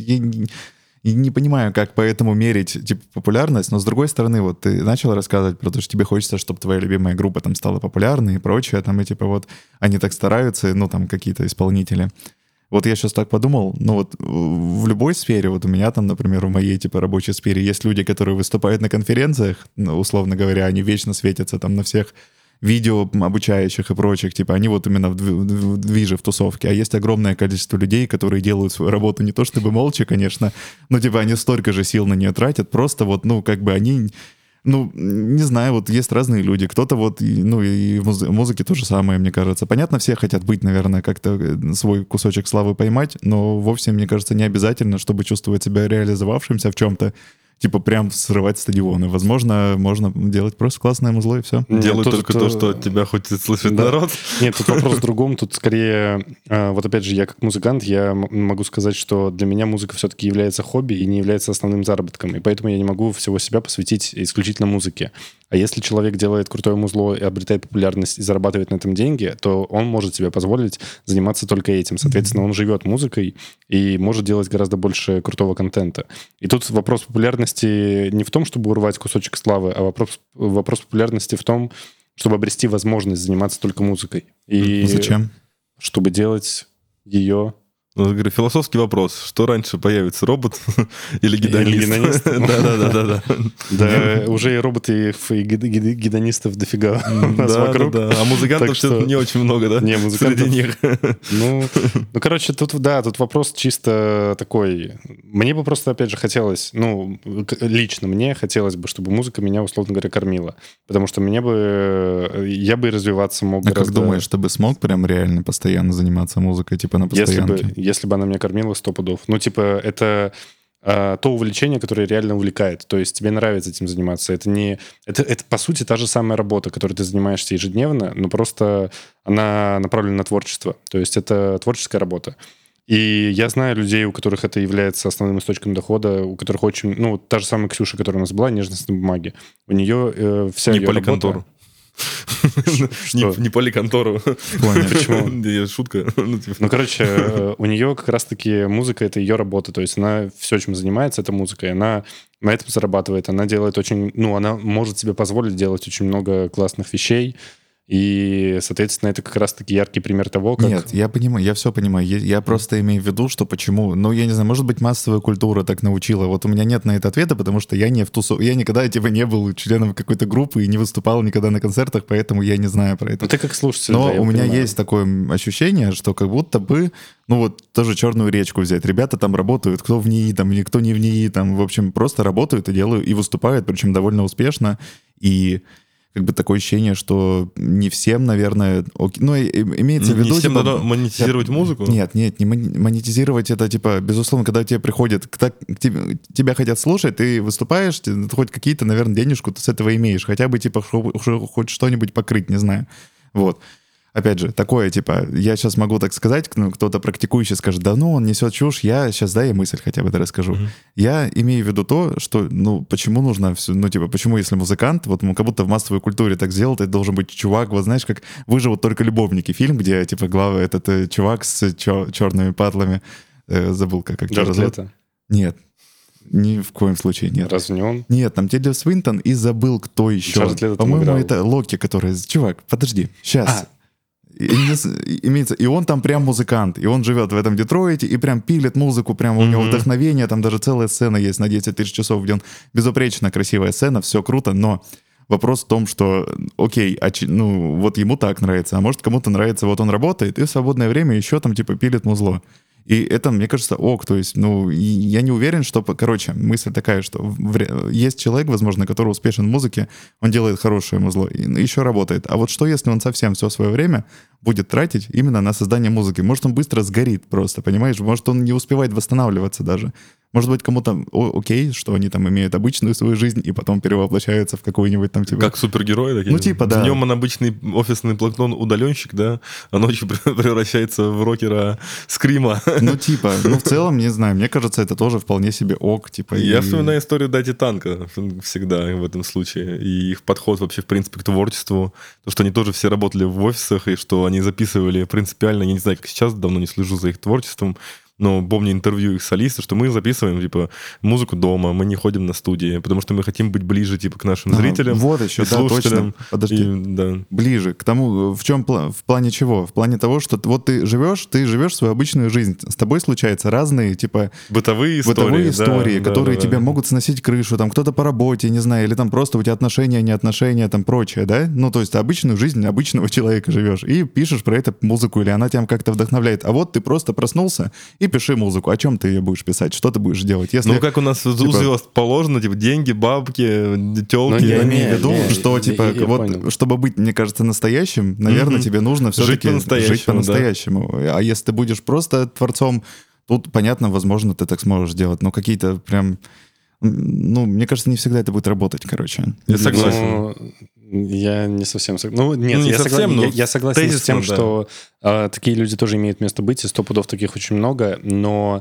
и не понимаю, как поэтому мерить типа популярность, но с другой стороны, вот ты начал рассказывать про то, что тебе хочется, чтобы твоя любимая группа там стала популярной и прочее, там и типа вот они так стараются, ну там какие-то исполнители. Вот я сейчас так подумал, ну вот в любой сфере, вот у меня там, например, в моей типа рабочей сфере есть люди, которые выступают на конференциях, ну, условно говоря, они вечно светятся там на всех видео обучающих и прочих, типа они вот именно в движе, в тусовке. А есть огромное количество людей, которые делают свою работу не то чтобы молча, конечно, но типа они столько же сил на нее тратят, просто вот, ну, как бы они... Ну, не знаю, вот есть разные люди. Кто-то вот, ну, и в музыке то же самое, мне кажется. Понятно, все хотят быть, наверное, как-то свой кусочек славы поймать, но вовсе, мне кажется, не обязательно, чтобы чувствовать себя реализовавшимся в чем-то, типа прям срывать стадионы. Возможно, можно делать просто классное музло и все. Делай только то, что от тебя хочет слышать народ. Нет, тут вопрос в другом. Тут скорее, вот опять же, я как музыкант, я могу сказать, что для меня музыка все-таки является хобби и не является основным заработком. И поэтому я не могу всего себя посвятить исключительно музыке. А если человек делает крутое музло и обретает популярность и зарабатывает на этом деньги, то он может себе позволить заниматься только этим. Соответственно, он живет музыкой и может делать гораздо больше крутого контента. И тут вопрос популярности не в том, чтобы урвать кусочек славы, а вопрос популярности в том, чтобы обрести возможность заниматься только музыкой. И зачем? Чтобы делать ее... Ну, говорю, философский вопрос. Что раньше появится, робот или гедонист? Да. Да, уже и роботы, и гедонистов дофига у нас вокруг. А музыкантов все не очень много, да? Не, музыкантов... Среди них. Ну, короче, тут вопрос чисто такой. Мне бы просто, опять же, хотелось, ну, лично мне хотелось бы, чтобы музыка меня, условно говоря, кормила. Потому что я бы развиваться мог гораздо... как думаешь, ты бы смог прям реально постоянно заниматься музыкой, типа на постоянке? Если бы она меня кормила 100 пудов. Ну, типа, это то увлечение, которое реально увлекает. То есть тебе нравится этим заниматься. Это, по сути, та же самая работа, которой ты занимаешься ежедневно, но просто она направлена на творчество. То есть это творческая работа. И я знаю людей, у которых это является основным источником дохода, у которых очень... Ну, та же самая Ксюша, которая у нас была, «Нежность на бумаге». У нее вся ее работа... Не поликонтору. Почему? Шутка. Ну, короче, у нее как раз-таки музыка — это ее работа. То есть она все, чем занимается, это музыка. И она на этом зарабатывает. Она делает очень... Ну, она может себе позволить делать очень много классных вещей. И, соответственно, это как раз-таки яркий пример того, как... Нет, я понимаю, я все понимаю. Я просто имею в виду, что почему... Ну, я не знаю, может быть, массовая культура так научила. Вот у меня нет на это ответа, потому что я не в тусу... Я никогда, типа, не был членом какой-то группы и не выступал никогда на концертах, поэтому я не знаю про это. Ну, ты как слушатель, но да, у меня есть такое ощущение, что как будто бы... Ну, вот тоже «Черную речку» взять. Ребята там работают, кто в НИИ, там, кто не в НИИ, там, в общем, просто работают и делают, и выступают, причем довольно успешно. И... как бы такое ощущение, что не всем, наверное... Ну, имеется в виду... Не всем типа, надо монетизировать музыку? Нет, не монетизировать это, типа, безусловно, когда тебе приходят... Тебя хотят слушать, ты выступаешь, ты хоть какие-то, наверное, денежку ты с этого имеешь. Хотя бы, типа, хоть что-нибудь покрыть, не знаю. Вот. Опять же, такое, типа, я сейчас могу так сказать, ну, кто-то практикующий скажет, да ну, он несет чушь, я сейчас, дай я мысль хотя бы расскажу. Я имею в виду то, что, ну, почему нужно все, ну, типа, почему если музыкант, вот как будто в массовой культуре так сделал, ты должен быть чувак, вот знаешь, как «Выживут только любовники», фильм, где, типа, глава этот чувак с черными патлами, забыл, как актер зовут. Нет. Ни в коем случае нет. Разве не он? Нет, там Тильда Свинтон и забыл, кто еще. По-моему, это Локи, который... Чувак, подожди, сейчас... Имеется, и он там прям музыкант, и он живет в этом Детройте, и прям пилит музыку, прям у него вдохновение, там даже целая сцена есть на 10 тысяч часов, где он безупречно красивая сцена, все круто, но вопрос в том, что, окей, ну вот ему так нравится, а может кому-то нравится, вот он работает, и в свободное время еще там типа пилит музло. И это, мне кажется, то есть, ну, я не уверен, что... Короче, мысль такая, что есть человек, возможно, который успешен в музыке, он делает хорошее музло и еще работает. А вот что, если он совсем все свое время будет тратить именно на создание музыки? Может, он быстро сгорит просто, понимаешь? Может, он не успевает восстанавливаться даже. Может быть, кому-то окей, что они там имеют обычную свою жизнь и потом перевоплощаются в какую-нибудь там типа... Как супергерои такие. Ну, типа, да. Днем он обычный офисный планктон-удаленщик, да, а ночью превращается в рокера Скрима. Ну, типа, в целом, не знаю, мне кажется, это тоже вполне себе ок, типа... Я вспоминаю историю Дади Танка всегда в этом случае, и их подход вообще, в принципе, к творчеству, то, что они тоже все работали в офисах, и что они записывали принципиально, я не знаю, как сейчас, давно не слежу за их творчеством, но помню интервью их солиста, что мы записываем, типа, музыку дома, мы не ходим на студии, потому что мы хотим быть ближе, типа, к нашим зрителям. Вот еще, и да, слушателям. точно. Подожди. Да. Ближе к тому, в плане чего? В плане того, что вот ты живешь свою обычную жизнь. С тобой случаются разные, типа... Бытовые истории, которые тебе могут сносить крышу, там, кто-то по работе, не знаю, или там просто у тебя отношения, неотношения, там, прочее, да? Ну, то есть обычную жизнь обычного человека живешь и пишешь про это музыку, или она тебя как-то вдохновляет. А вот ты просто проснулся и пиши музыку. О чем ты ее будешь писать? Что ты будешь делать? Если, ну, как у нас у звезд положено, типа, деньги, бабки, телки. Я имею в виду, что, типа, вот, чтобы быть, мне кажется, настоящим, наверное, тебе нужно все-таки жить по-настоящему. Да. А если ты будешь просто творцом, тут, понятно, возможно, ты так сможешь делать, но какие-то прям... Ну, мне кажется, не всегда это будет работать, короче. Я согласен. Но я не совсем согласен. Ну, нет, я согласен тезисно, с тем, что такие люди тоже имеют место быть, и 100 пудов таких очень много, но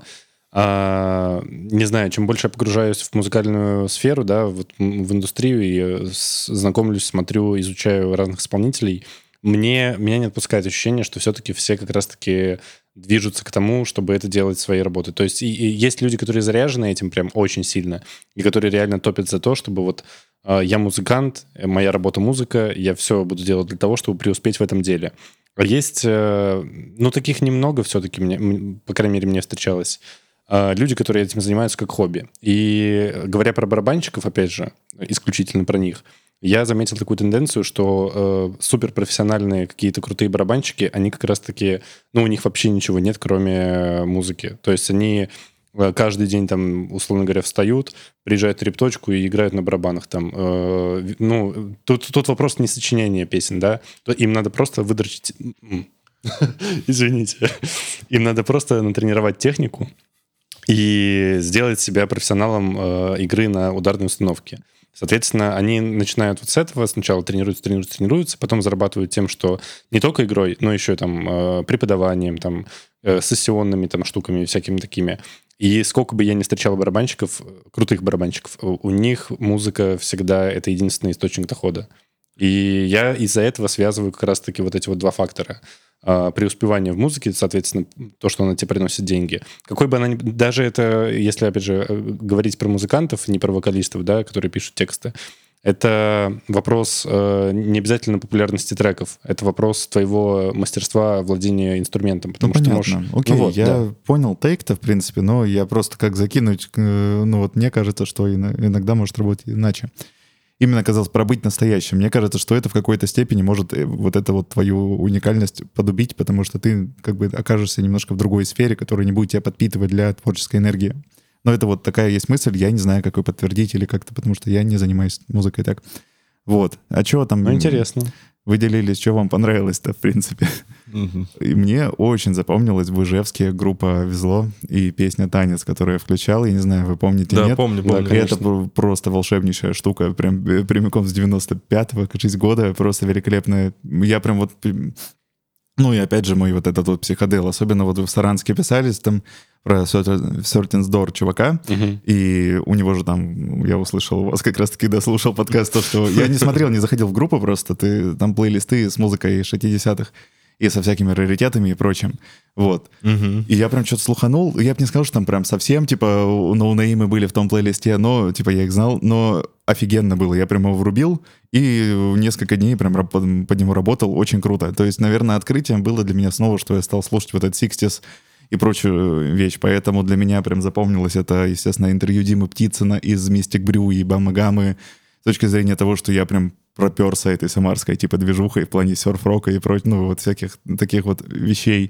не знаю, чем больше я погружаюсь в музыкальную сферу, да, вот в индустрию, и знакомлюсь, смотрю, изучаю разных исполнителей, меня не отпускает ощущение, что все-таки все как раз-таки движутся к тому, чтобы это делать своей работой. То есть и есть люди, которые заряжены этим прям очень сильно, и которые реально топят за то, чтобы вот я музыкант, моя работа музыка, я все буду делать для того, чтобы преуспеть в этом деле. А есть, ну, таких немного все-таки, по крайней мере, мне встречалось, люди, которые этим занимаются как хобби. И говоря про барабанщиков, опять же, исключительно про них, я заметил такую тенденцию, что суперпрофессиональные какие-то крутые барабанщики, они как раз-таки, ну, у них вообще ничего нет, кроме музыки. То есть они каждый день, там, условно говоря, встают, приезжают в репточку и играют на барабанах. Там, ну, тут вопрос не сочинения песен, да? Им надо просто выдрочить... Извините. Им надо просто натренировать технику и сделать себя профессионалом игры на ударной установке. Соответственно, они начинают вот с этого, сначала тренируются, потом зарабатывают тем, что не только игрой, но еще там преподаванием, там, сессионными там, штуками, всякими такими. И сколько бы я ни встречал барабанщиков, крутых барабанщиков, у них музыка всегда это единственный источник дохода. И я из-за этого связываю как раз-таки вот эти вот два фактора. Преуспевание в музыке, соответственно, то, что она тебе приносит деньги. Какой бы она ни... Даже это, если, опять же, говорить про музыкантов, не про вокалистов, да, которые пишут тексты, это вопрос не обязательно популярности треков. Это вопрос твоего мастерства владения инструментом. Потому что понятно. Можешь... Окей, вот, я понял тейк-то, в принципе, но я просто как закинуть... Ну вот мне кажется, что иногда может работать иначе. Именно, казалось, пробыть настоящим. Мне кажется, что это в какой-то степени может вот эту вот твою уникальность подубить, потому что ты как бы окажешься немножко в другой сфере, которая не будет тебя подпитывать для творческой энергии. Но это вот такая есть мысль, я не знаю, как ее подтвердить или как-то, потому что я не занимаюсь музыкой так. Вот. А что там... Ну, интересно. Выделились, что вам понравилось-то, в принципе. И мне очень запомнилась в Ижевске группа «Везло» и песня «Танец», которую я включал. Я не знаю, вы помните, да, нет? помню. Это просто волшебнейшая штука. Прям прямиком с 95-го, кажется, года. Просто великолепная. Я прям вот... Ну и опять же мой вот этот вот психодел. Особенно вот в Саранске писались там про Certain Door чувака. И у него же там, я услышал у вас как раз-таки, дослушал подкаст, то, что я не смотрел, не заходил в группу просто. Там плейлисты с музыкой 60-х и со всякими раритетами и прочим. Вот. И я прям что-то слуханул. Я бы не сказал, что там прям совсем, типа, ноунеймы были в том плейлисте, но, типа, я их знал, но офигенно было. Я прям его врубил, и несколько дней прям по нему работал. Очень круто. То есть, наверное, открытием было для меня снова, что я стал слушать вот этот 60s и прочую вещь. Поэтому для меня прям запомнилось это, естественно, интервью Димы Птицына из Mystic Brew и Бамы Гамы с точки зрения того, что я прям проперся этой самарской типа движухой в плане серф-рока и прочего, ну, вот всяких таких вот вещей.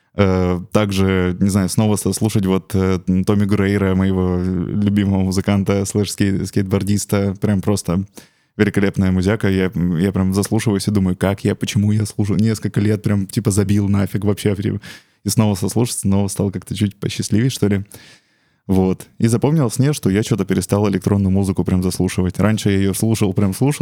Также, не знаю, снова слушать вот Томми Грейра, моего любимого музыканта, скейтбордиста, прям просто великолепная музяка. Я прям заслушиваюсь и думаю, почему я слушаю несколько лет, прям типа забил нафиг вообще. И снова сослушаться, снова стал как-то чуть посчастливее, что ли. Вот. И запомнилось мне, что я что-то перестал электронную музыку прям заслушивать. Раньше я ее слушал,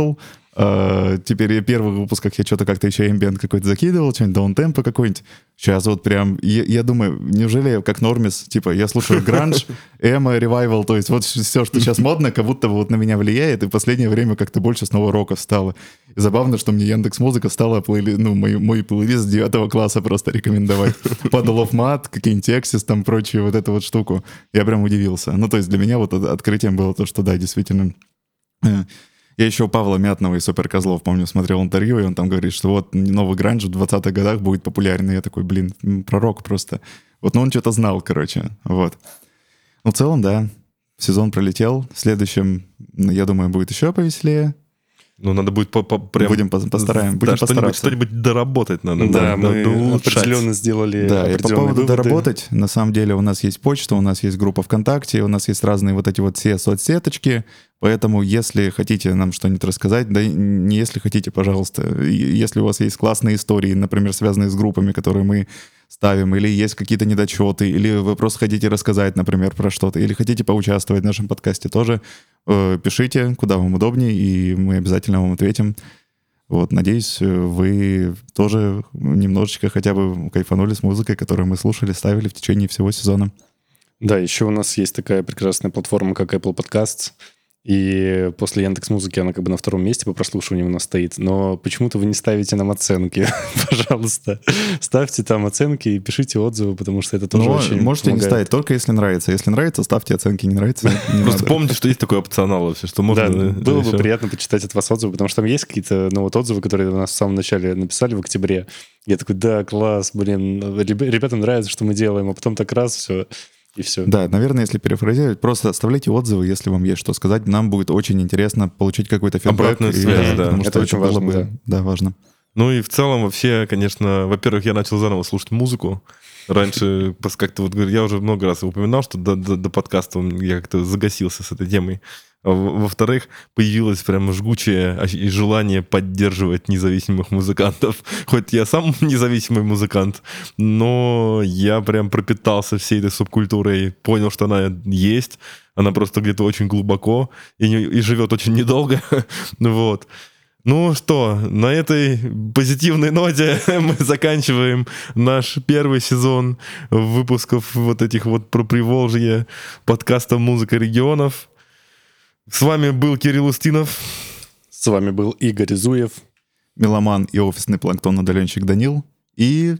теперь в первых выпусках я что-то как-то еще эмбиент какой-то закидывал, что-нибудь даунтемпо какой-нибудь. Сейчас вот прям, я думаю, неужели я как нормис, типа, я слушаю гранж, эмо, ревайвал, то есть вот все, что сейчас модно, как будто вот на меня влияет, и в последнее время как-то больше снова рока стало. И забавно, что мне Яндекс.Музыка стала мой плейлист 9 класса просто рекомендовать. Puddle of Mud, какие-нибудь Exis, там прочую вот эту вот штуку. Я прям удивился. Ну, то есть для меня вот открытием было то, что да, действительно... Я еще у Павла Мятного и Супер Козлов, помню, смотрел интервью, и он там говорит, что вот новый гранж в 20-х годах будет популярен. И я такой, блин, пророк просто. Вот, ну он что-то знал, короче, вот. Ну, в целом, да, сезон пролетел. В следующем, я думаю, будет еще повеселее. Ну, надо будет прям... Будем постараться. Что-нибудь доработать надо. Да, мы определенно сделали да, и по поводу выводы. доработать, на самом деле у нас есть почта, у нас есть группа ВКонтакте, у нас есть разные вот эти вот все соцсеточки, поэтому если хотите нам что-нибудь рассказать, да не если хотите, пожалуйста, если у вас есть классные истории, например, связанные с группами, которые мы ставим, или есть какие-то недочеты, или вы просто хотите рассказать, например, про что-то, или хотите поучаствовать в нашем подкасте тоже, пишите, куда вам удобнее, и мы обязательно вам ответим. Вот, надеюсь, вы тоже немножечко хотя бы кайфанули с музыкой, которую мы слушали, ставили в течение всего сезона. Да, еще у нас есть такая прекрасная платформа, как Apple Podcasts. И после Яндекс.Музыки она как бы на втором месте по прослушиванию у нас стоит. Но почему-то вы не ставите нам оценки. Пожалуйста, ставьте там оценки и пишите отзывы, потому что это тоже очень можете помогает. не ставить, только если нравится. Если нравится, ставьте оценки, не нравится, не Просто надо. помните, что есть такой опционал вообще, что можно... Да, было бы еще- приятно почитать от вас отзывы, потому что там есть какие-то отзывы, которые вы нас в самом начале написали в октябре. Я такой, да, класс, блин, ребятам нравится, что мы делаем, а потом так раз, все, и все. Да, наверное, если перефразировать, просто оставляйте отзывы, если вам есть что сказать. Нам будет очень интересно получить какой-то фидбэк. Обратную связь, да. Потому Это что очень было важно, бы, да, важно. Ну и в целом вообще, конечно, во-первых, я начал заново слушать музыку. Раньше просто как-то вот говорю, я уже много раз упоминал, что до подкаста я как-то загасился с этой темой. А во-вторых, появилось прям жгучее желание поддерживать независимых музыкантов. Хоть я сам независимый музыкант, но я прям пропитался всей этой субкультурой, понял, что она есть, она просто где-то очень глубоко и живет очень недолго. Вот. Ну что, на этой позитивной ноте мы заканчиваем наш первый сезон выпусков вот этих вот про Приволжье подкаста «Музыка регионов». С вами был Кирилл Устинов. С вами был Игорь Зуев. Меломан и офисный планктон-удаленщик Данил. И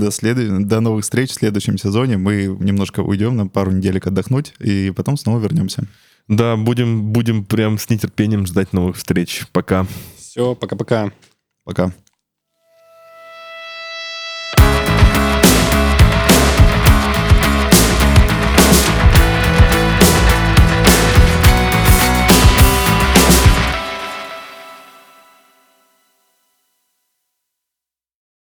до новых встреч в следующем сезоне. Мы немножко уйдем на пару неделек отдохнуть, и потом снова вернемся. Да, будем прям с нетерпением ждать новых встреч. Пока. Все, пока-пока. Пока.